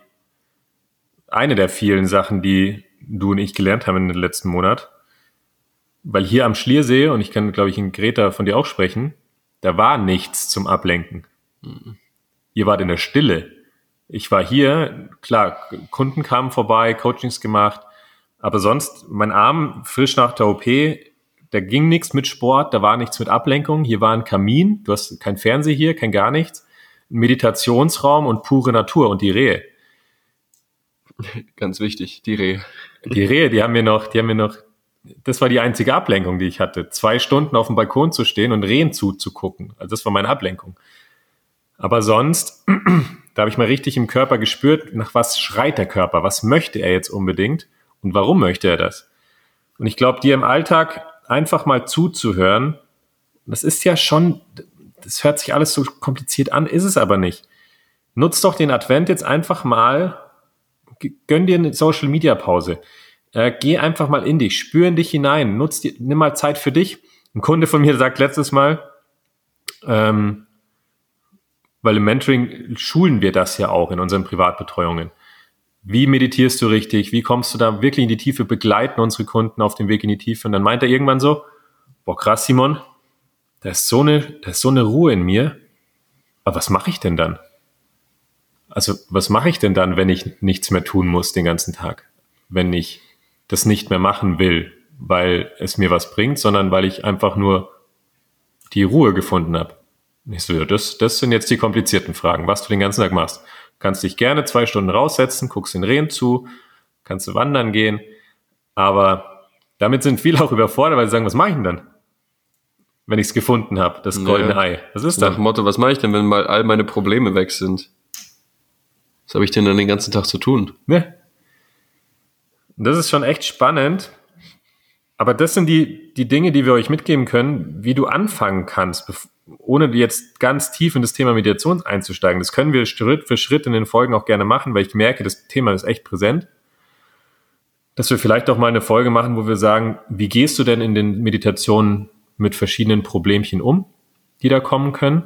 eine der vielen Sachen, die du und ich gelernt haben in den letzten Monat. Weil hier am Schliersee, und ich kann, glaube ich, in Greta von dir auch sprechen, da war nichts zum Ablenken. Mhm. Ihr wart in der Stille. Ich war hier, klar, Kunden kamen vorbei, Coachings gemacht, aber sonst, mein Arm frisch nach der O P, da ging nichts mit Sport, da war nichts mit Ablenkung, hier war ein Kamin, du hast kein Fernseher hier, kein gar nichts, ein Meditationsraum und pure Natur und die Rehe. Ganz wichtig, die Rehe. Die Rehe, die haben mir noch, die haben mir noch, das war die einzige Ablenkung, die ich hatte, zwei Stunden auf dem Balkon zu stehen und Rehen zuzugucken, also das war meine Ablenkung. Aber sonst, da habe ich mal richtig im Körper gespürt, nach was schreit der Körper, was möchte er jetzt unbedingt und warum möchte er das? Und ich glaube, dir im Alltag einfach mal zuzuhören, das ist ja schon, das hört sich alles so kompliziert an, ist es aber nicht. Nutz doch den Advent jetzt einfach mal, gönn dir eine Social-Media-Pause, äh, geh einfach mal in dich, spür in dich hinein, nutz dir, nimm mal Zeit für dich. Ein Kunde von mir sagt letztes Mal, ähm, weil im Mentoring schulen wir das ja auch in unseren Privatbetreuungen. Wie meditierst du richtig? Wie kommst du da wirklich in die Tiefe? Begleiten unsere Kunden auf dem Weg in die Tiefe. Und dann meint er irgendwann so, boah krass Simon, da ist so eine, da ist so eine Ruhe in mir. Aber was mache ich denn dann? Also was mache ich denn dann, wenn ich nichts mehr tun muss den ganzen Tag? Wenn ich das nicht mehr machen will, weil es mir was bringt, sondern weil ich einfach nur die Ruhe gefunden habe. Ich so, ja, das, das sind jetzt die komplizierten Fragen, was du den ganzen Tag machst. Kannst dich gerne zwei Stunden raussetzen, guckst den Rehen zu, kannst du wandern gehen, aber damit sind viele auch überfordert, weil sie sagen, was mache ich denn dann, wenn ich es gefunden habe, das goldene ja. Ei? Was ist dann? Nach dem Motto, was mache ich denn, wenn mal all meine Probleme weg sind? Was habe ich denn dann den ganzen Tag zu tun? Ja. Und das ist schon echt spannend, aber das sind die, die Dinge, die wir euch mitgeben können, wie du anfangen kannst, ohne jetzt ganz tief in das Thema Meditation einzusteigen. Das können wir Schritt für Schritt in den Folgen auch gerne machen, weil ich merke, das Thema ist echt präsent. Dass wir vielleicht auch mal eine Folge machen, wo wir sagen, wie gehst du denn in den Meditationen mit verschiedenen Problemchen um, die da kommen können?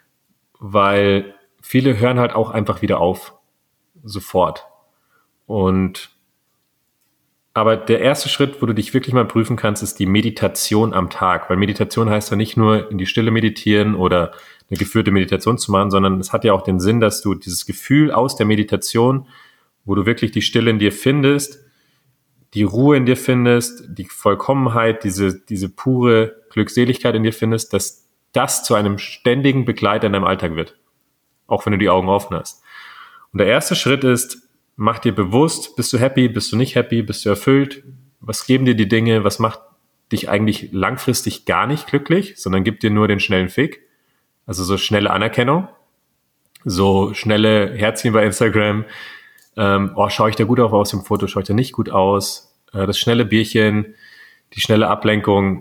Weil viele hören halt auch einfach wieder auf. Sofort. Und aber der erste Schritt, wo du dich wirklich mal prüfen kannst, ist die Meditation am Tag. Weil Meditation heißt ja nicht nur in die Stille meditieren oder eine geführte Meditation zu machen, sondern es hat ja auch den Sinn, dass du dieses Gefühl aus der Meditation, wo du wirklich die Stille in dir findest, die Ruhe in dir findest, die Vollkommenheit, diese, diese pure Glückseligkeit in dir findest, dass das zu einem ständigen Begleiter in deinem Alltag wird. Auch wenn du die Augen offen hast. Und der erste Schritt ist, mach dir bewusst, bist du happy, bist du nicht happy, bist du erfüllt, was geben dir die Dinge, was macht dich eigentlich langfristig gar nicht glücklich, sondern gibt dir nur den schnellen Fick, also so schnelle Anerkennung, so schnelle Herzchen bei Instagram, ähm, oh, schaue ich da gut auf aus dem Foto, schaue ich da nicht gut aus, äh, das schnelle Bierchen, die schnelle Ablenkung.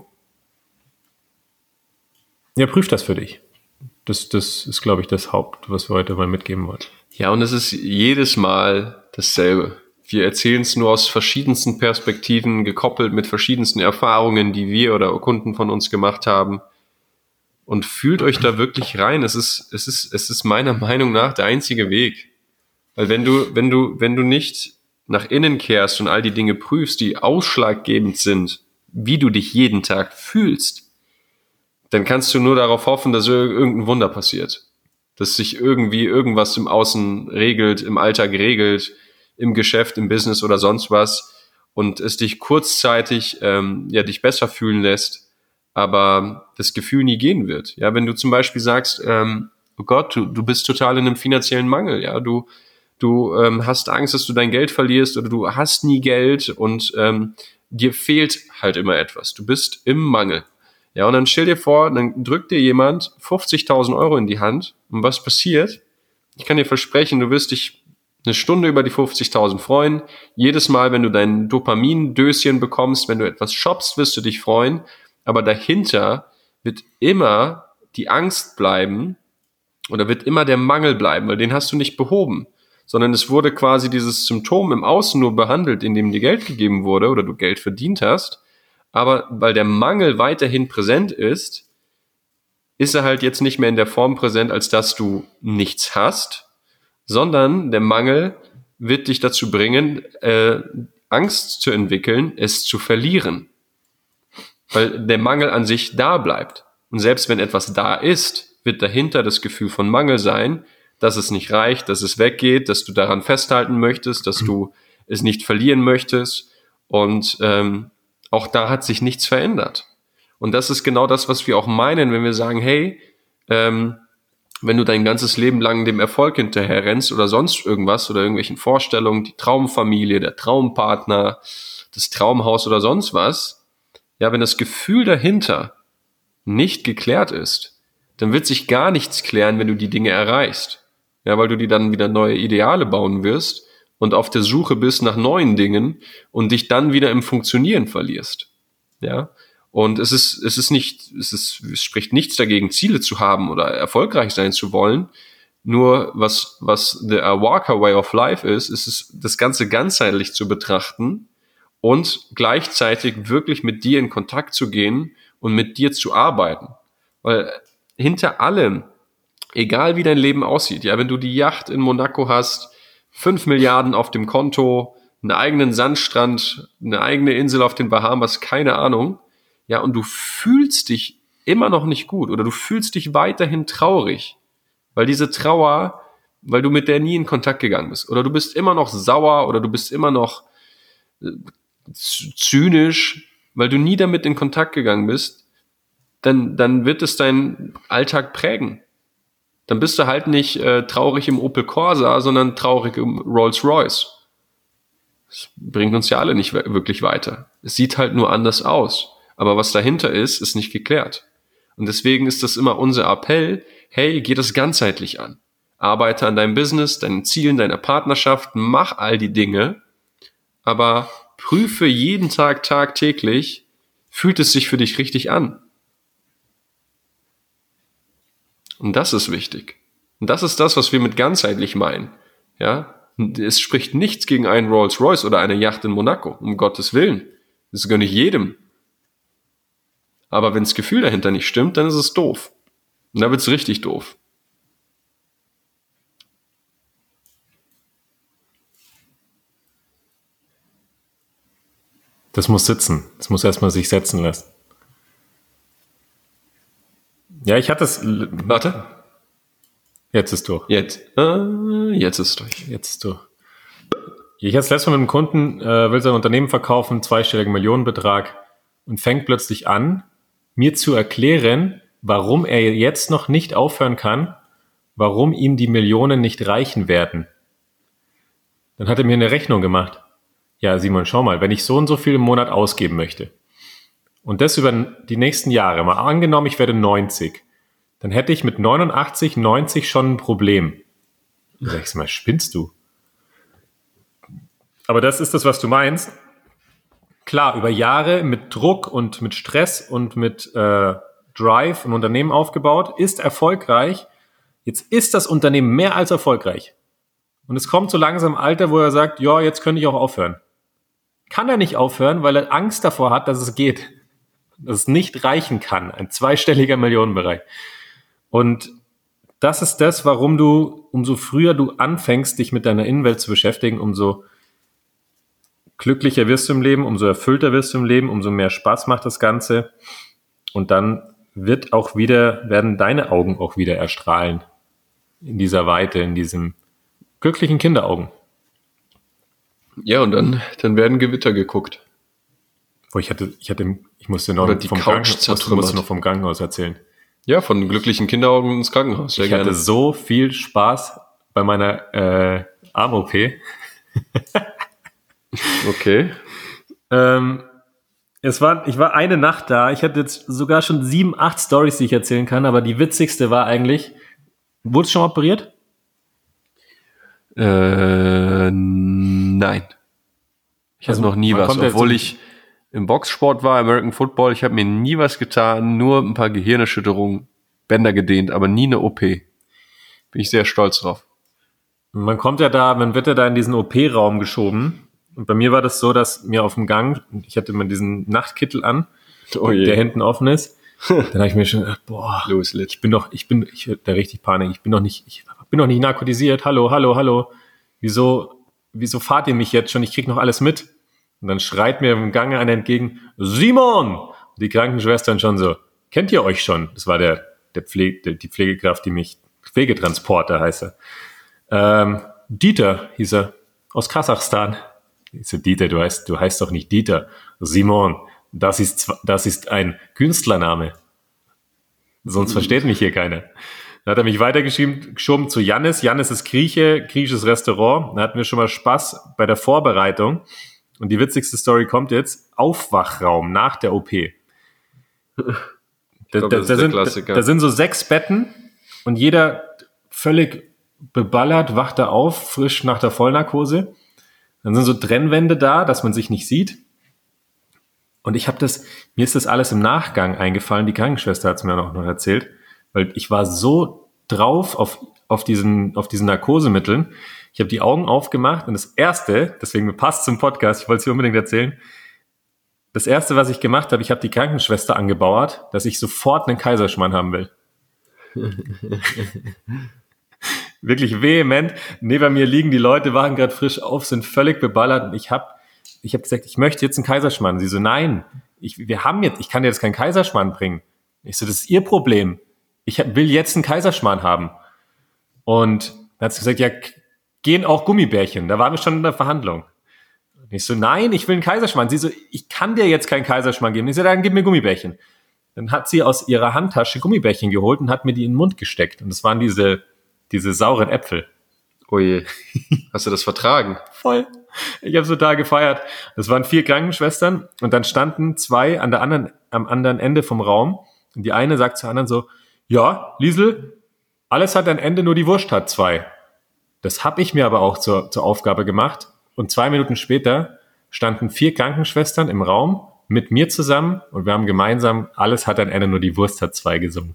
Ja, prüf das für dich. Das, das ist, glaube ich, das Haupt, was wir heute mal mitgeben wollen. Ja, und es ist jedes Mal dasselbe. Wir erzählen es nur aus verschiedensten Perspektiven, gekoppelt mit verschiedensten Erfahrungen, die wir oder Kunden von uns gemacht haben. Und fühlt euch da wirklich rein. Es ist, es ist, es ist meiner Meinung nach der einzige Weg. Weil wenn du, wenn du, wenn du nicht nach innen kehrst und all die Dinge prüfst, die ausschlaggebend sind, wie du dich jeden Tag fühlst, dann kannst du nur darauf hoffen, dass irgendein Wunder passiert. Dass sich irgendwie irgendwas im Außen regelt, im Alltag regelt, im Geschäft, im Business oder sonst was und es dich kurzzeitig ähm, ja dich besser fühlen lässt, aber das Gefühl nie gehen wird. Ja, wenn du zum Beispiel sagst, ähm, oh Gott, du, du bist total in einem finanziellen Mangel, ja, du du ähm, hast Angst, dass du dein Geld verlierst oder du hast nie Geld und ähm, dir fehlt halt immer etwas. Du bist im Mangel. Ja, und dann stell dir vor, dann drückt dir jemand fünfzigtausend Euro in die Hand und was passiert? Ich kann dir versprechen, du wirst dich eine Stunde über die fünfzigtausend freuen. Jedes Mal, wenn du dein Dopamin-Döschen bekommst, wenn du etwas shoppst, wirst du dich freuen. Aber dahinter wird immer die Angst bleiben oder wird immer der Mangel bleiben, weil den hast du nicht behoben. Sondern es wurde quasi dieses Symptom im Außen nur behandelt, indem dir Geld gegeben wurde oder du Geld verdient hast. Aber weil der Mangel weiterhin präsent ist, ist er halt jetzt nicht mehr in der Form präsent, als dass du nichts hast, sondern der Mangel wird dich dazu bringen, äh, Angst zu entwickeln, es zu verlieren. Weil der Mangel an sich da bleibt. Und selbst wenn etwas da ist, wird dahinter das Gefühl von Mangel sein, dass es nicht reicht, dass es weggeht, dass du daran festhalten möchtest, dass du es nicht verlieren möchtest. Und ähm, auch da hat sich nichts verändert. Und das ist genau das, was wir auch meinen, wenn wir sagen, hey, ähm, wenn du dein ganzes Leben lang dem Erfolg hinterher rennst oder sonst irgendwas oder irgendwelchen Vorstellungen, die Traumfamilie, der Traumpartner, das Traumhaus oder sonst was, ja, wenn das Gefühl dahinter nicht geklärt ist, dann wird sich gar nichts klären, wenn du die Dinge erreichst. Ja, weil du dir dann wieder neue Ideale bauen wirst und auf der Suche bist nach neuen Dingen und dich dann wieder im Funktionieren verlierst. Ja, und es ist, es ist nicht, es ist, es spricht nichts dagegen, Ziele zu haben oder erfolgreich sein zu wollen. Nur was, was the Walker Way of Life ist, ist es, das Ganze ganzheitlich zu betrachten und gleichzeitig wirklich mit dir in Kontakt zu gehen und mit dir zu arbeiten. Weil hinter allem, egal wie dein Leben aussieht, ja, wenn du die Yacht in Monaco hast, fünf Milliarden auf dem Konto, einen eigenen Sandstrand, eine eigene Insel auf den Bahamas, keine Ahnung, ja, und du fühlst dich immer noch nicht gut oder du fühlst dich weiterhin traurig, weil diese Trauer, weil du mit der nie in Kontakt gegangen bist oder du bist immer noch sauer oder du bist immer noch äh, zynisch, weil du nie damit in Kontakt gegangen bist, dann, dann wird es deinen Alltag prägen. Dann bist du halt nicht äh, traurig im Opel Corsa, sondern traurig im Rolls Royce. Das bringt uns ja alle nicht wirklich weiter. Es sieht halt nur anders aus. Aber was dahinter ist, ist nicht geklärt. Und deswegen ist das immer unser Appell, hey, geh das ganzheitlich an. Arbeite an deinem Business, deinen Zielen, deiner Partnerschaft, mach all die Dinge, aber prüfe jeden Tag tagtäglich, fühlt es sich für dich richtig an? Und das ist wichtig. Und das ist das, was wir mit ganzheitlich meinen. Ja, es spricht nichts gegen einen Rolls Royce oder eine Yacht in Monaco, um Gottes Willen. Das gönne ich jedem. Aber wenn das Gefühl dahinter nicht stimmt, dann ist es doof. Und dann wird es richtig doof. Das muss sitzen. Das muss erstmal sich setzen lassen. Ja, ich hatte es. Warte. Jetzt ist durch. Jetzt. Äh, jetzt ist durch. Jetzt ist durch. Ich hatte letztes Mal mit einem Kunden, äh, will sein Unternehmen verkaufen, zweistelligen Millionenbetrag und fängt plötzlich an, mir zu erklären, warum er jetzt noch nicht aufhören kann, warum ihm die Millionen nicht reichen werden. Dann hat er mir eine Rechnung gemacht. Ja, Simon, schau mal, wenn ich so und so viel im Monat ausgeben möchte und das über die nächsten Jahre, mal angenommen, ich werde neunzig, dann hätte ich mit neunundachtzig, neunzig schon ein Problem. Da sag ich mal, spinnst du? Aber das ist das, was du meinst. Klar, über Jahre mit Druck und mit Stress und mit äh, Drive ein Unternehmen aufgebaut, ist erfolgreich. Jetzt ist das Unternehmen mehr als erfolgreich. Und es kommt so langsam ein Alter, wo er sagt, ja, jetzt könnte ich auch aufhören. Kann er nicht aufhören, weil er Angst davor hat, dass es geht. Dass es nicht reichen kann. Ein zweistelliger Millionenbereich. Und das ist das, warum du, umso früher du anfängst, dich mit deiner Innenwelt zu beschäftigen, umso glücklicher wirst du im Leben, umso erfüllter wirst du im Leben, umso mehr Spaß macht das Ganze. Und dann wird auch wieder, werden deine Augen auch wieder erstrahlen. In dieser Weite, in diesem glücklichen Kinderaugen. Ja, und dann, dann werden Gewitter geguckt. Boah, ich hatte, ich hatte, ich musste noch, Oder die vom, Couch Krankenhaus, musste zertrümmert. noch vom Krankenhaus erzählen. Ja, von glücklichen Kinderaugen ins Krankenhaus. Sehr ich gerne. hatte so viel Spaß bei meiner äh, Arm-O P. Okay. Ähm, es war, ich war eine Nacht da. Ich hatte jetzt sogar schon sieben, acht Storys, die ich erzählen kann. Aber die witzigste war eigentlich, wurdest du schon operiert? Äh, nein. Ich Also, hatte noch nie man was. kommt ja Obwohl zum- ich im Boxsport war, American Football, ich habe mir nie was getan, nur ein paar Gehirnerschütterungen, Bänder gedehnt, aber nie eine O P. Bin ich sehr stolz drauf. Man kommt ja da, man wird ja da in diesen O P-Raum geschoben. Und bei mir war das so, dass mir auf dem Gang, ich hatte immer diesen Nachtkittel an, Oh je. der hinten offen ist. Dann habe ich mir schon gedacht, boah, Los, Lit. ich bin doch, ich bin, ich da richtig Panik, ich bin doch nicht, ich bin doch nicht narkotisiert. Hallo, hallo, hallo. Wieso, wieso fahrt ihr mich jetzt schon? Ich krieg noch alles mit. Und dann schreit mir im Gange einer entgegen, Simon! Und die Krankenschwestern schon so, kennt ihr euch schon? Das war der, der Pflege, der, die Pflegekraft, die mich, Pflegetransporter heißt er. Ähm, Dieter hieß er, aus Kasachstan. Ich so, Dieter, du heißt, du heißt doch nicht Dieter. Simon, das ist, zw- das ist ein Künstlername. Sonst versteht mich hier keiner. Dann hat er mich weitergeschrieben, geschoben zu Jannis. Jannis ist Grieche, griechisches Restaurant. Da hatten wir schon mal Spaß bei der Vorbereitung. Und die witzigste Story kommt jetzt. Aufwachraum nach der O P. Da, glaub, da, das ist da, der sind, Klassiker. da, da sind so sechs Betten und jeder völlig beballert, wacht da auf, frisch nach der Vollnarkose. Dann sind so Trennwände da, dass man sich nicht sieht. Und ich habe das, mir ist das alles im Nachgang eingefallen, die Krankenschwester hat es mir auch noch erzählt, weil ich war so drauf auf, auf, diesen, auf diesen Narkosemitteln. Ich habe die Augen aufgemacht und das Erste, deswegen passt zum Podcast, ich wollte es dir unbedingt erzählen, das Erste, was ich gemacht habe, ich habe die Krankenschwester angebauert, dass ich sofort einen Kaiserschmarrn haben will. Wirklich vehement. Neben mir liegen die Leute, wachen gerade frisch auf, sind völlig beballert und ich habe ich hab gesagt, ich möchte jetzt einen Kaiserschmarrn. Sie so, nein, ich, wir haben jetzt, ich kann dir jetzt keinen Kaiserschmarrn bringen. Ich so, das ist ihr Problem. Ich hab, will jetzt einen Kaiserschmarrn haben. Und dann hat sie gesagt, ja, k- gehen auch Gummibärchen. Da waren wir schon in der Verhandlung. Und ich so, nein, ich will einen Kaiserschmarrn. Sie so, ich kann dir jetzt keinen Kaiserschmarrn geben. Ich so, dann gib mir Gummibärchen. Dann hat sie aus ihrer Handtasche Gummibärchen geholt und hat mir die in den Mund gesteckt. Und das waren diese, diese sauren Äpfel. Oh je. Hast du das vertragen? Voll. Ich habe so da gefeiert. Das waren vier Krankenschwestern und dann standen zwei an der anderen, am anderen Ende vom Raum. Und die eine sagt zur anderen so, ja, Liesel, alles hat ein Ende, nur die Wurst hat zwei. Das habe ich mir aber auch zur, zur Aufgabe gemacht. Und zwei Minuten später standen vier Krankenschwestern im Raum mit mir zusammen und wir haben gemeinsam alles hat ein Ende, nur die Wurst hat zwei gesungen.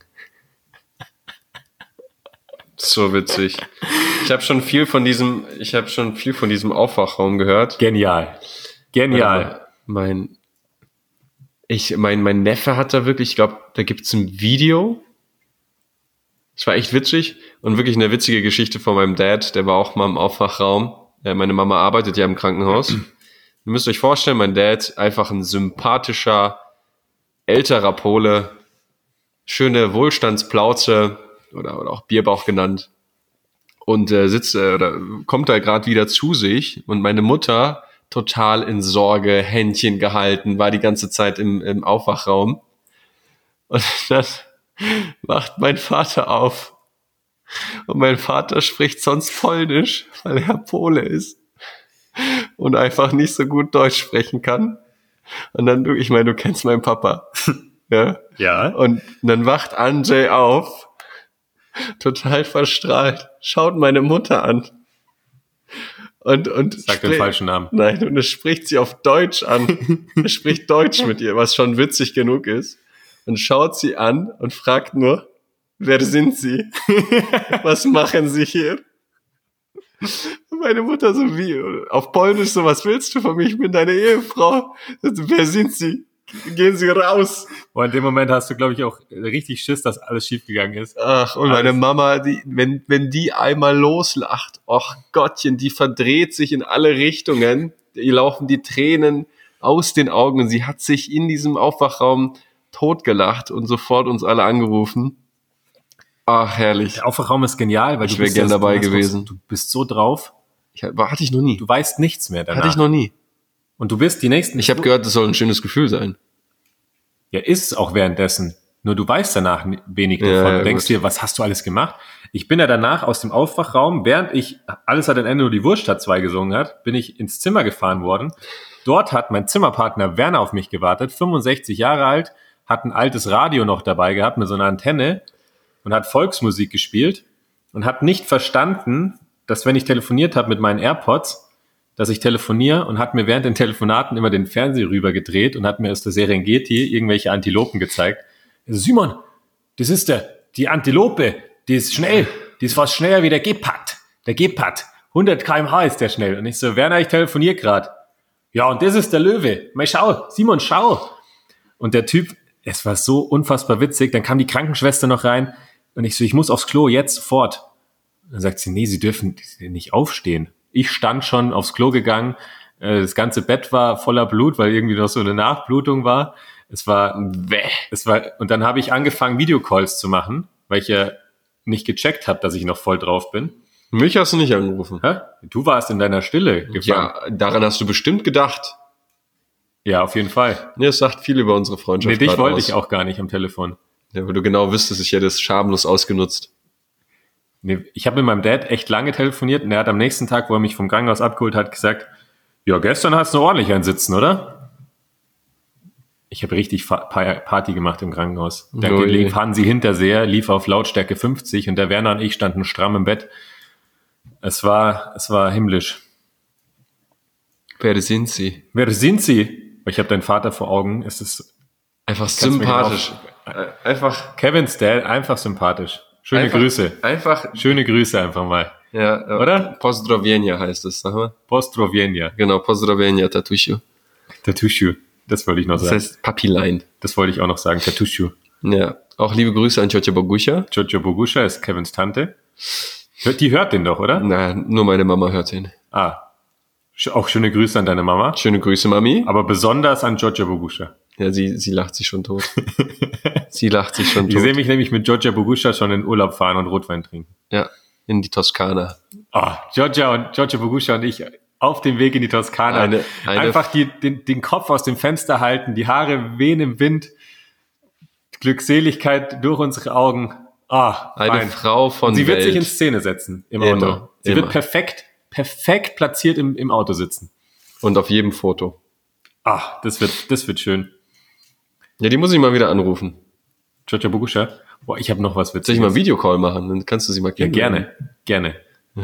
So witzig. Ich habe schon viel von diesem, ich habe schon viel von diesem Aufwachraum gehört. Genial. Genial. Mein, ich, mein, mein Neffe hat da wirklich, ich glaube, da gibt's ein Video. Es war echt witzig und wirklich eine witzige Geschichte von meinem Dad, der war auch mal im Aufwachraum. Ja, meine Mama arbeitet ja im Krankenhaus. Ihr müsst euch vorstellen, mein Dad, einfach ein sympathischer, älterer Pole, schöne Wohlstandsplauze oder, oder auch Bierbauch genannt. und äh, sitzt äh, oder kommt da gerade wieder zu sich und meine Mutter total in Sorge, Händchen gehalten, war die ganze Zeit im, im Aufwachraum. Und dann wacht mein Vater auf. Und mein Vater spricht sonst Polnisch, weil er Pole ist und einfach nicht so gut Deutsch sprechen kann. Und dann, du, ich meine, du kennst meinen Papa. Ja. Ja. Und dann wacht Andrzej auf, total verstrahlt, schaut meine Mutter an. Und, und Sag den falschen Namen. Nein, und es spricht sie auf Deutsch an. Er spricht Deutsch mit ihr, was schon witzig genug ist. Und schaut sie an und fragt nur, wer sind Sie? Was machen Sie hier? Und meine Mutter so wie, auf Polnisch so, was willst du von mir? Ich bin deine Ehefrau. Also, wer sind Sie? Gehen Sie raus. Und in dem Moment hast du, glaube ich, auch richtig Schiss, dass alles schiefgegangen ist. Ach, und meine Mama, die, wenn, wenn die einmal loslacht, ach Gottchen, die verdreht sich in alle Richtungen. Ihr laufen die Tränen aus den Augen. Und sie hat sich in diesem Aufwachraum totgelacht und sofort uns alle angerufen. Ach, herrlich. Der Aufwachraum ist genial, weil ich du wäre bist gern das, dabei du gewesen. Du bist so drauf. Ich, hatte ich noch nie. Du weißt nichts mehr danach. Hatte ich noch nie. Und du bist die nächsten... Ich habe gehört, das soll ein schönes Gefühl sein. Ja, ist es auch währenddessen. Nur du weißt danach wenig davon. Ja, du denkst gut. dir, was hast du alles gemacht? Ich bin ja danach aus dem Aufwachraum, während ich Alles hat ein Ende, nur die Wurst hat zwei gesungen hat, bin ich ins Zimmer gefahren worden. Dort hat mein Zimmerpartner Werner auf mich gewartet, fünfundsechzig Jahre alt, hat ein altes Radio noch dabei gehabt mit so einer Antenne und hat Volksmusik gespielt und hat nicht verstanden, dass wenn ich telefoniert habe mit meinen AirPods, dass ich telefoniere, und hat mir während den Telefonaten immer den Fernseher rübergedreht und hat mir aus der Serengeti irgendwelche Antilopen gezeigt. Er so, Simon, das ist der, die Antilope, die ist schnell, die ist fast schneller wie der Gepard. Der Gepard, hundert Kilometer pro Stunde ist der schnell. Und ich so, Werner, ich telefoniere gerade. Ja, und das ist der Löwe. Mal schau, Simon, schau. Und der Typ, es war so unfassbar witzig, dann kam die Krankenschwester noch rein und ich so, ich muss aufs Klo, jetzt, sofort. Dann sagt sie, nee, Sie dürfen nicht aufstehen. Ich stand schon aufs Klo gegangen, das ganze Bett war voller Blut, weil irgendwie noch so eine Nachblutung war. Es war, bäh, es war, und dann habe ich angefangen, Videocalls zu machen, weil ich ja nicht gecheckt habe, dass ich noch voll drauf bin. Mich hast du nicht angerufen. Hä? Du warst in deiner Stille gefangen. Ja, daran hast du bestimmt gedacht. Ja, auf jeden Fall. Ja, es sagt viel über unsere Freundschaft. Nee, dich gerade wollte aus. ich auch gar nicht am Telefon. Ja, weil du genau wüsstest, ich hätte es schamlos ausgenutzt. Nee, ich habe mit meinem Dad echt lange telefoniert und er hat am nächsten Tag, wo er mich vom Krankenhaus abgeholt hat, gesagt, ja, gestern hast du ordentlich einen Sitzen, oder? Ich habe richtig Fa- Party gemacht im Krankenhaus. Da Oh je. lief Hansi Hinterseher, lief auf Lautstärke fünfzig und der Werner und ich standen stramm im Bett. Es war, es war himmlisch. Wer sind sie? Wer sind Sie? Ich habe deinen Vater vor Augen. Es ist Einfach Kannst du mir sympathisch. genau- Äh, Einfach, Kevin's Dad, einfach sympathisch. Schöne einfach, Grüße. Einfach, Schöne Grüße einfach mal. ja, äh, Oder? Pozdrowienia heißt es, sag mal. Pozdrowienia. Genau, Pozdrowienia, Tatushu. Tatushu. Das wollte ich noch Das sagen. heißt Papilein. Das wollte ich auch noch sagen. Tatushu. Ja, auch liebe Grüße an Tjotja Bogusia. Jojo Bogusha ist Kevins Tante. Hört- Die hört den doch, oder? Na, nur meine Mama hört ihn. Ah. Sch- Auch schöne Grüße an deine Mama. Schöne Grüße, Mami. Aber besonders an Jojo Bogusha. Ja, sie, sie lacht sich schon tot. sie lacht sich schon Ich sehe tot. mich nämlich mit Jojo Bogusha schon in Urlaub fahren und Rotwein trinken. Ja, in die Toskana. Ah, Jojo und Jojo Bogusha und ich auf dem Weg in die Toskana. Eine- eine- Einfach die, den, den Kopf aus dem Fenster halten, die Haare wehen im Wind, Glückseligkeit durch unsere Augen. Ah, Eine fein. Frau von Sie wird Welt. sich in Szene setzen im Immer, Auto. Sie immer. wird perfekt, perfekt platziert im, im Auto sitzen. Und auf jedem Foto. Ah, das wird, das wird schön. Ja, die muss ich mal wieder anrufen. Jojo Bogusha. Boah, ich habe noch was Soll Witziges. ich mal einen Videocall machen? Dann kannst du sie mal Ja, kennenlernen. gerne, gerne.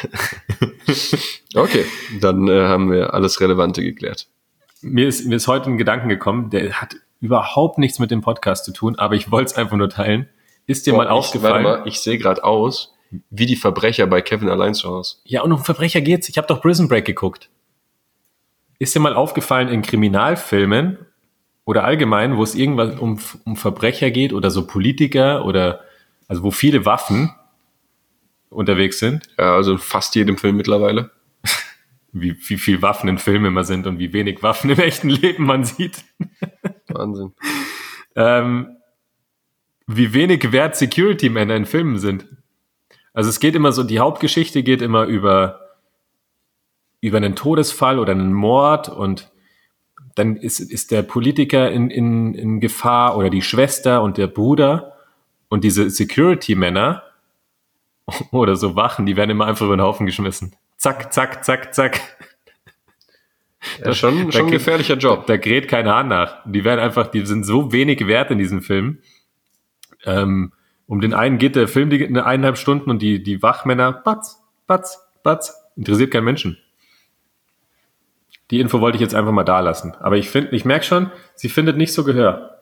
Okay, dann äh, haben wir alles Relevante geklärt. Mir ist, mir ist heute ein Gedanken gekommen, der hat überhaupt nichts mit dem Podcast zu tun, aber ich wollte es einfach nur teilen. Ist dir mal Boah, aufgefallen? Ich, warte mal, ich sehe gerade aus wie die Verbrecher bei Kevin allein zu Hause. Ja, und um Verbrecher geht's. Ich habe doch Prison Break geguckt. Ist dir mal aufgefallen in Kriminalfilmen oder allgemein, wo es irgendwas um, um Verbrecher geht oder so Politiker oder also wo viele Waffen unterwegs sind, Ja, also in fast jedem Film mittlerweile. wie, wie viel Waffen in Filmen immer sind und wie wenig Waffen im echten Leben man sieht. Wahnsinn. ähm, wie wenig wert Security-Männer in Filmen sind. Also es geht immer so, die Hauptgeschichte geht immer über, über einen Todesfall oder einen Mord und dann ist, ist der Politiker in, in, in Gefahr oder die Schwester und der Bruder und diese Security-Männer oder so Wachen, die werden immer einfach über den Haufen geschmissen. Zack, zack, zack, zack. Ja, schon, schon ein gefährlicher Job. Da, da kräht kein Hahn nach. Die werden einfach, die sind so wenig wert in diesem Film. Ähm, um den einen geht der Film die eine eineinhalb Stunden und die, die Wachmänner, batz, batz, batz, interessiert keinen Menschen. Die Info wollte ich jetzt einfach mal da lassen. Aber ich finde, ich merke schon, sie findet nicht so Gehör.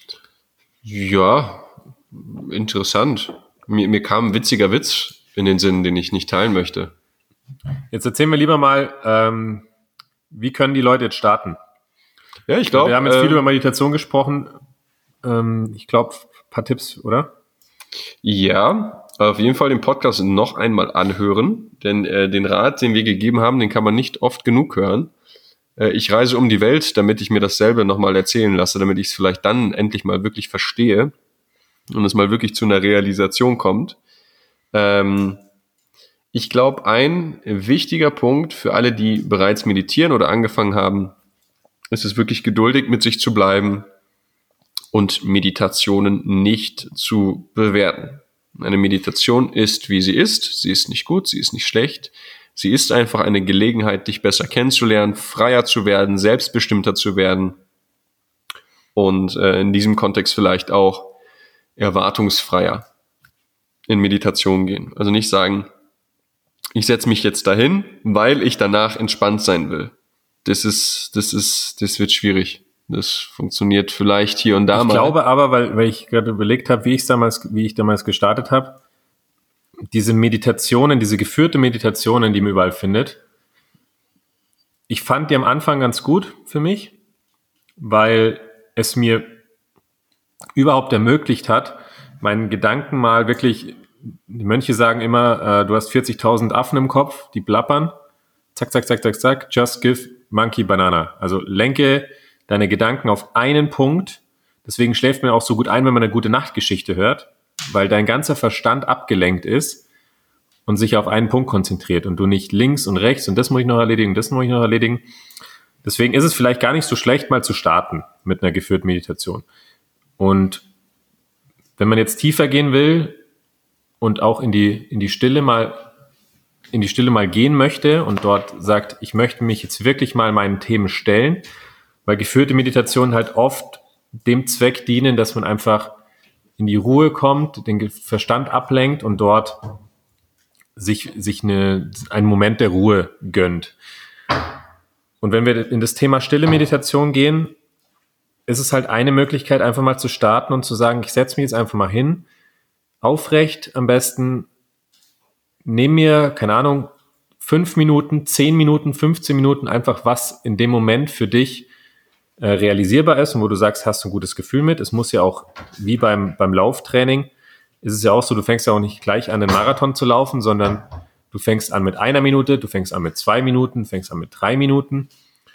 Ja, interessant. Mir, mir kam ein witziger Witz in den Sinn, den ich nicht teilen möchte. Jetzt erzählen wir lieber mal, ähm, wie können die Leute jetzt starten? Ja, ich glaube. Wir haben jetzt äh, viel über Meditation gesprochen. Ähm, ich glaube, ein paar Tipps, oder? Ja, auf jeden Fall den Podcast noch einmal anhören, denn äh, den Rat, den wir gegeben haben, den kann man nicht oft genug hören. Äh, ich reise um die Welt, damit ich mir dasselbe nochmal erzählen lasse, damit ich es vielleicht dann endlich mal wirklich verstehe und es mal wirklich zu einer Realisation kommt. Ähm, ich glaube, ein wichtiger Punkt für alle, die bereits meditieren oder angefangen haben, ist es wirklich geduldig mit sich zu bleiben und Meditationen nicht zu bewerten. Eine Meditation ist, wie sie ist. Sie ist nicht gut, sie ist nicht schlecht. Sie ist einfach eine Gelegenheit, dich besser kennenzulernen, freier zu werden, selbstbestimmter zu werden und äh, in diesem Kontext vielleicht auch erwartungsfreier in Meditation gehen. Also nicht sagen, ich setze mich jetzt dahin, weil ich danach entspannt sein will. Das ist, das ist, das wird schwierig. Das funktioniert vielleicht hier und da ich mal. Ich glaube aber, weil, weil ich gerade überlegt habe, wie ich damals, wie ich damals gestartet habe, diese Meditationen, diese geführte Meditationen, die man überall findet, ich fand die am Anfang ganz gut für mich, weil es mir überhaupt ermöglicht hat, meinen Gedanken mal wirklich, die Mönche sagen immer, äh, du hast vierzigtausend Affen im Kopf, die plappern, zack, zack, zack, zack, zack, just give monkey banana. Also lenke deine Gedanken auf einen Punkt. Deswegen schläft man auch so gut ein, wenn man eine gute Nachtgeschichte hört, weil dein ganzer Verstand abgelenkt ist und sich auf einen Punkt konzentriert und du nicht links und rechts und das muss ich noch erledigen, das muss ich noch erledigen. Deswegen ist es vielleicht gar nicht so schlecht, mal zu starten mit einer geführten Meditation. Und wenn man jetzt tiefer gehen will und auch in die, in die Stille mal, in die Stille mal gehen möchte und dort sagt, ich möchte mich jetzt wirklich mal meinen Themen stellen, weil geführte Meditationen halt oft dem Zweck dienen, dass man einfach in die Ruhe kommt, den Verstand ablenkt und dort sich, sich eine, einen Moment der Ruhe gönnt. Und wenn wir in das Thema stille Meditation gehen, ist es halt eine Möglichkeit, einfach mal zu starten und zu sagen, ich setze mich jetzt einfach mal hin, aufrecht am besten, nehme mir, keine Ahnung, fünf Minuten, zehn Minuten, fünfzehn Minuten, einfach was in dem Moment für dich äh, realisierbar ist und wo du sagst, hast du ein gutes Gefühl mit. Es muss ja auch, wie beim, beim Lauftraining, ist es ja auch so, du fängst ja auch nicht gleich an, einen Marathon zu laufen, sondern du fängst an mit einer Minute, du fängst an mit zwei Minuten, fängst an mit drei Minuten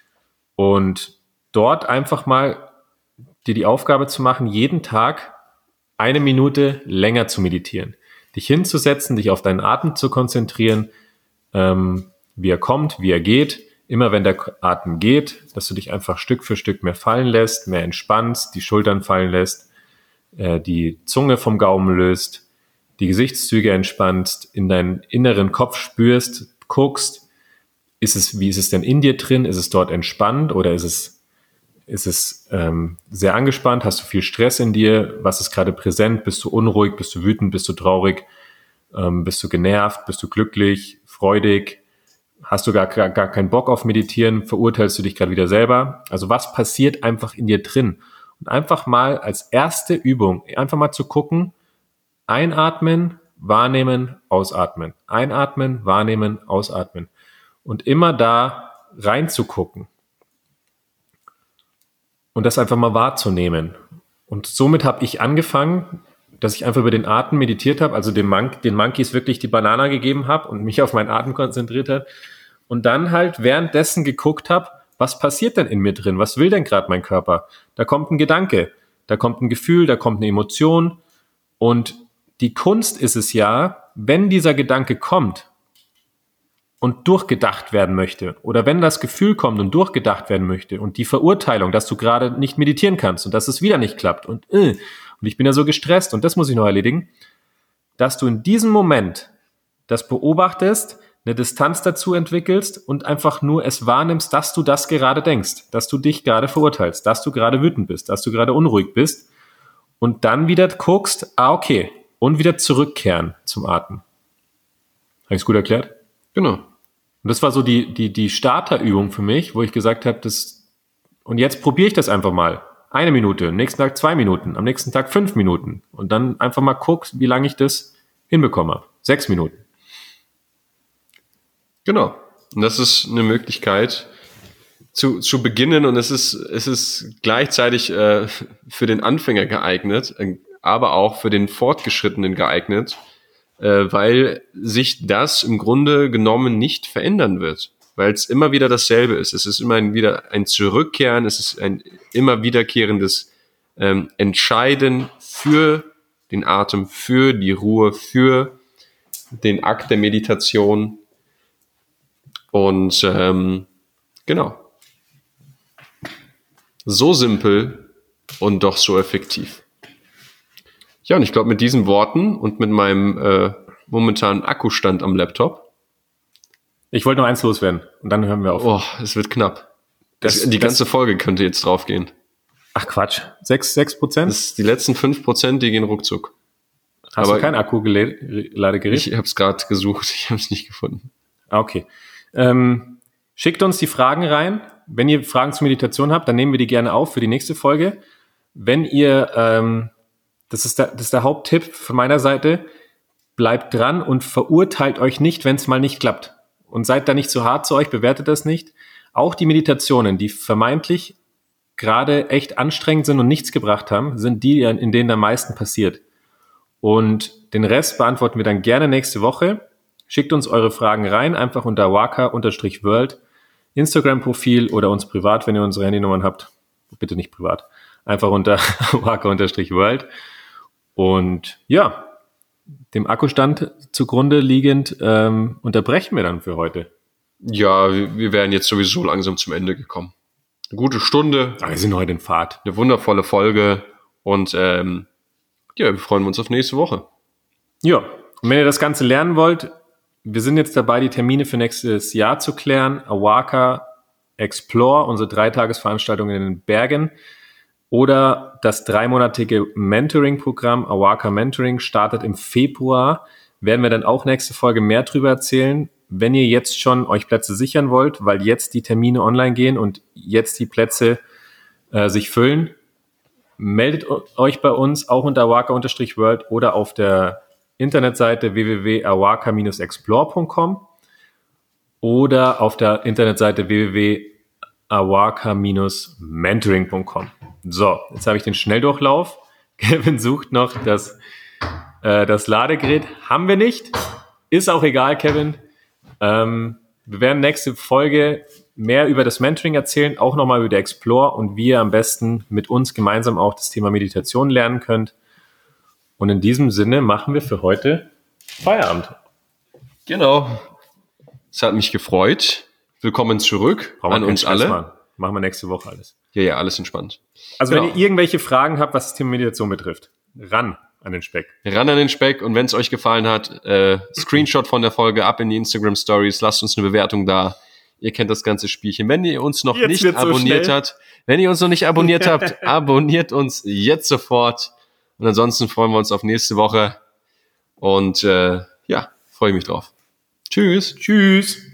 und dort einfach mal dir die Aufgabe zu machen, jeden Tag eine Minute länger zu meditieren. Dich hinzusetzen, dich auf deinen Atem zu konzentrieren, ähm, wie er kommt, wie er geht. Immer wenn der Atem geht, dass du dich einfach Stück für Stück mehr fallen lässt, mehr entspannst, die Schultern fallen lässt, äh, die Zunge vom Gaumen löst, die Gesichtszüge entspannst, in deinen inneren Kopf spürst, guckst, ist es, wie ist es denn in dir drin? Ist es dort entspannt oder ist es Ist es ähm, sehr angespannt? Hast du viel Stress in dir? Was ist gerade präsent? Bist du unruhig? Bist du wütend? Bist du traurig? Ähm, bist du genervt? Bist du glücklich? Freudig? Hast du gar, gar, gar keinen Bock auf Meditieren? Verurteilst du dich gerade wieder selber? Also was passiert einfach in dir drin? Und einfach mal als erste Übung, einfach mal zu gucken, einatmen, wahrnehmen, ausatmen. Einatmen, wahrnehmen, ausatmen. Und immer da reinzugucken. Und das einfach mal wahrzunehmen. Und somit habe ich angefangen, dass ich einfach über den Atem meditiert habe, also den, Mon- den Monkeys wirklich die Banana gegeben habe und mich auf meinen Atem konzentriert habe. Und dann halt währenddessen geguckt habe, was passiert denn in mir drin? Was will denn gerade mein Körper? Da kommt ein Gedanke, da kommt ein Gefühl, da kommt eine Emotion. Und die Kunst ist es ja, wenn dieser Gedanke kommt und durchgedacht werden möchte oder wenn das Gefühl kommt und durchgedacht werden möchte und die Verurteilung, dass du gerade nicht meditieren kannst und dass es wieder nicht klappt und, äh, und ich bin ja so gestresst und das muss ich noch erledigen, dass du in diesem Moment das beobachtest, eine Distanz dazu entwickelst und einfach nur es wahrnimmst, dass du das gerade denkst, dass du dich gerade verurteilst, dass du gerade wütend bist, dass du gerade unruhig bist und dann wieder guckst, ah okay, und wieder zurückkehren zum Atmen. Habe ich es gut erklärt? Genau. Und das war so die, die, die Starterübung für mich, wo ich gesagt habe, das, und jetzt probiere ich das einfach mal. Eine Minute, am nächsten Tag zwei Minuten, am nächsten Tag fünf Minuten. Und dann einfach mal guckst, wie lange ich das hinbekomme. Sechs Minuten. Genau. Und das ist eine Möglichkeit zu, zu beginnen und es ist, es ist gleichzeitig äh, für den Anfänger geeignet, äh, aber auch für den Fortgeschrittenen geeignet, äh, weil sich das im Grunde genommen nicht verändern wird, weil es immer wieder dasselbe ist. Es ist immer ein, wieder ein Zurückkehren, es ist ein immer wiederkehrendes ähm, Entscheiden für den Atem, für die Ruhe, für den Akt der Meditation. Und ähm, genau. So simpel und doch so effektiv. Ja, und ich glaube, mit diesen Worten und mit meinem äh, momentanen Akkustand am Laptop. Ich wollte noch eins loswerden und dann hören wir auf. Oh, es wird knapp. Das, das, die ganze das, Folge könnte jetzt draufgehen. Ach Quatsch. Sechs, sechs Prozent? Das, die letzten fünf Prozent, die gehen ruckzuck. Hast Aber du kein Akkuladegerät? Ich habe es gerade gesucht, ich habe es nicht gefunden. Ah, okay. Ähm, schickt uns die Fragen rein. Wenn ihr Fragen zur Meditation habt, dann nehmen wir die gerne auf für die nächste Folge. Wenn ihr, ähm, das ist der, das ist der Haupttipp von meiner Seite, bleibt dran und verurteilt euch nicht, wenn es mal nicht klappt. Und seid da nicht zu hart zu euch, bewertet das nicht. Auch die Meditationen, die vermeintlich gerade echt anstrengend sind und nichts gebracht haben, sind die, in denen am meisten passiert. Und den Rest beantworten wir dann gerne nächste Woche. Schickt uns eure Fragen rein, einfach unter waka-world, Instagram-Profil oder uns privat, wenn ihr unsere Handynummern habt. Bitte nicht privat. Einfach unter waka-world. Und ja, dem Akkustand zugrunde liegend ähm, unterbrechen wir dann für heute. Ja, wir wären jetzt sowieso langsam zum Ende gekommen. Eine gute Stunde. Aber wir sind heute in Fahrt. Eine wundervolle Folge. Und ähm, ja, wir freuen uns auf nächste Woche. Ja, und wenn ihr das Ganze lernen wollt, wir sind jetzt dabei, die Termine für nächstes Jahr zu klären. Awaka Explore, unsere Dreitagesveranstaltung in den Bergen. Oder das dreimonatige Mentoring-Programm Awaka Mentoring startet im Februar. Werden wir dann auch nächste Folge mehr drüber erzählen. Wenn ihr jetzt schon euch Plätze sichern wollt, weil jetzt die Termine online gehen und jetzt die Plätze äh, sich füllen, meldet euch bei uns auch unter awaka-world oder auf der Internetseite w w w punkt awaka dash explore punkt com oder auf der Internetseite w w w punkt awaka dash mentoring punkt com. So, jetzt habe ich den Schnelldurchlauf. Kevin sucht noch das, äh, das Ladegerät. Haben wir nicht. Ist auch egal, Kevin. Ähm, wir werden nächste Folge mehr über das Mentoring erzählen, auch nochmal über der Explore und wie ihr am besten mit uns gemeinsam auch das Thema Meditation lernen könnt. Und in diesem Sinne machen wir für heute Feierabend. Genau. Es hat mich gefreut. Willkommen zurück an uns alle. Machen. machen wir nächste Woche alles. Ja, ja, alles entspannt. Also genau. Wenn ihr irgendwelche Fragen habt, was das Thema Meditation betrifft, ran an den Speck. Ran an den Speck und wenn es euch gefallen hat, äh, Screenshot von der Folge ab in die Instagram Stories, lasst uns eine Bewertung da. Ihr kennt das ganze Spielchen. Wenn ihr uns noch jetzt nicht abonniert so habt, wenn ihr uns noch nicht abonniert habt, abonniert uns jetzt sofort. Und ansonsten freuen wir uns auf nächste Woche. Und äh, ja, freue ich mich drauf. Tschüss. Tschüss.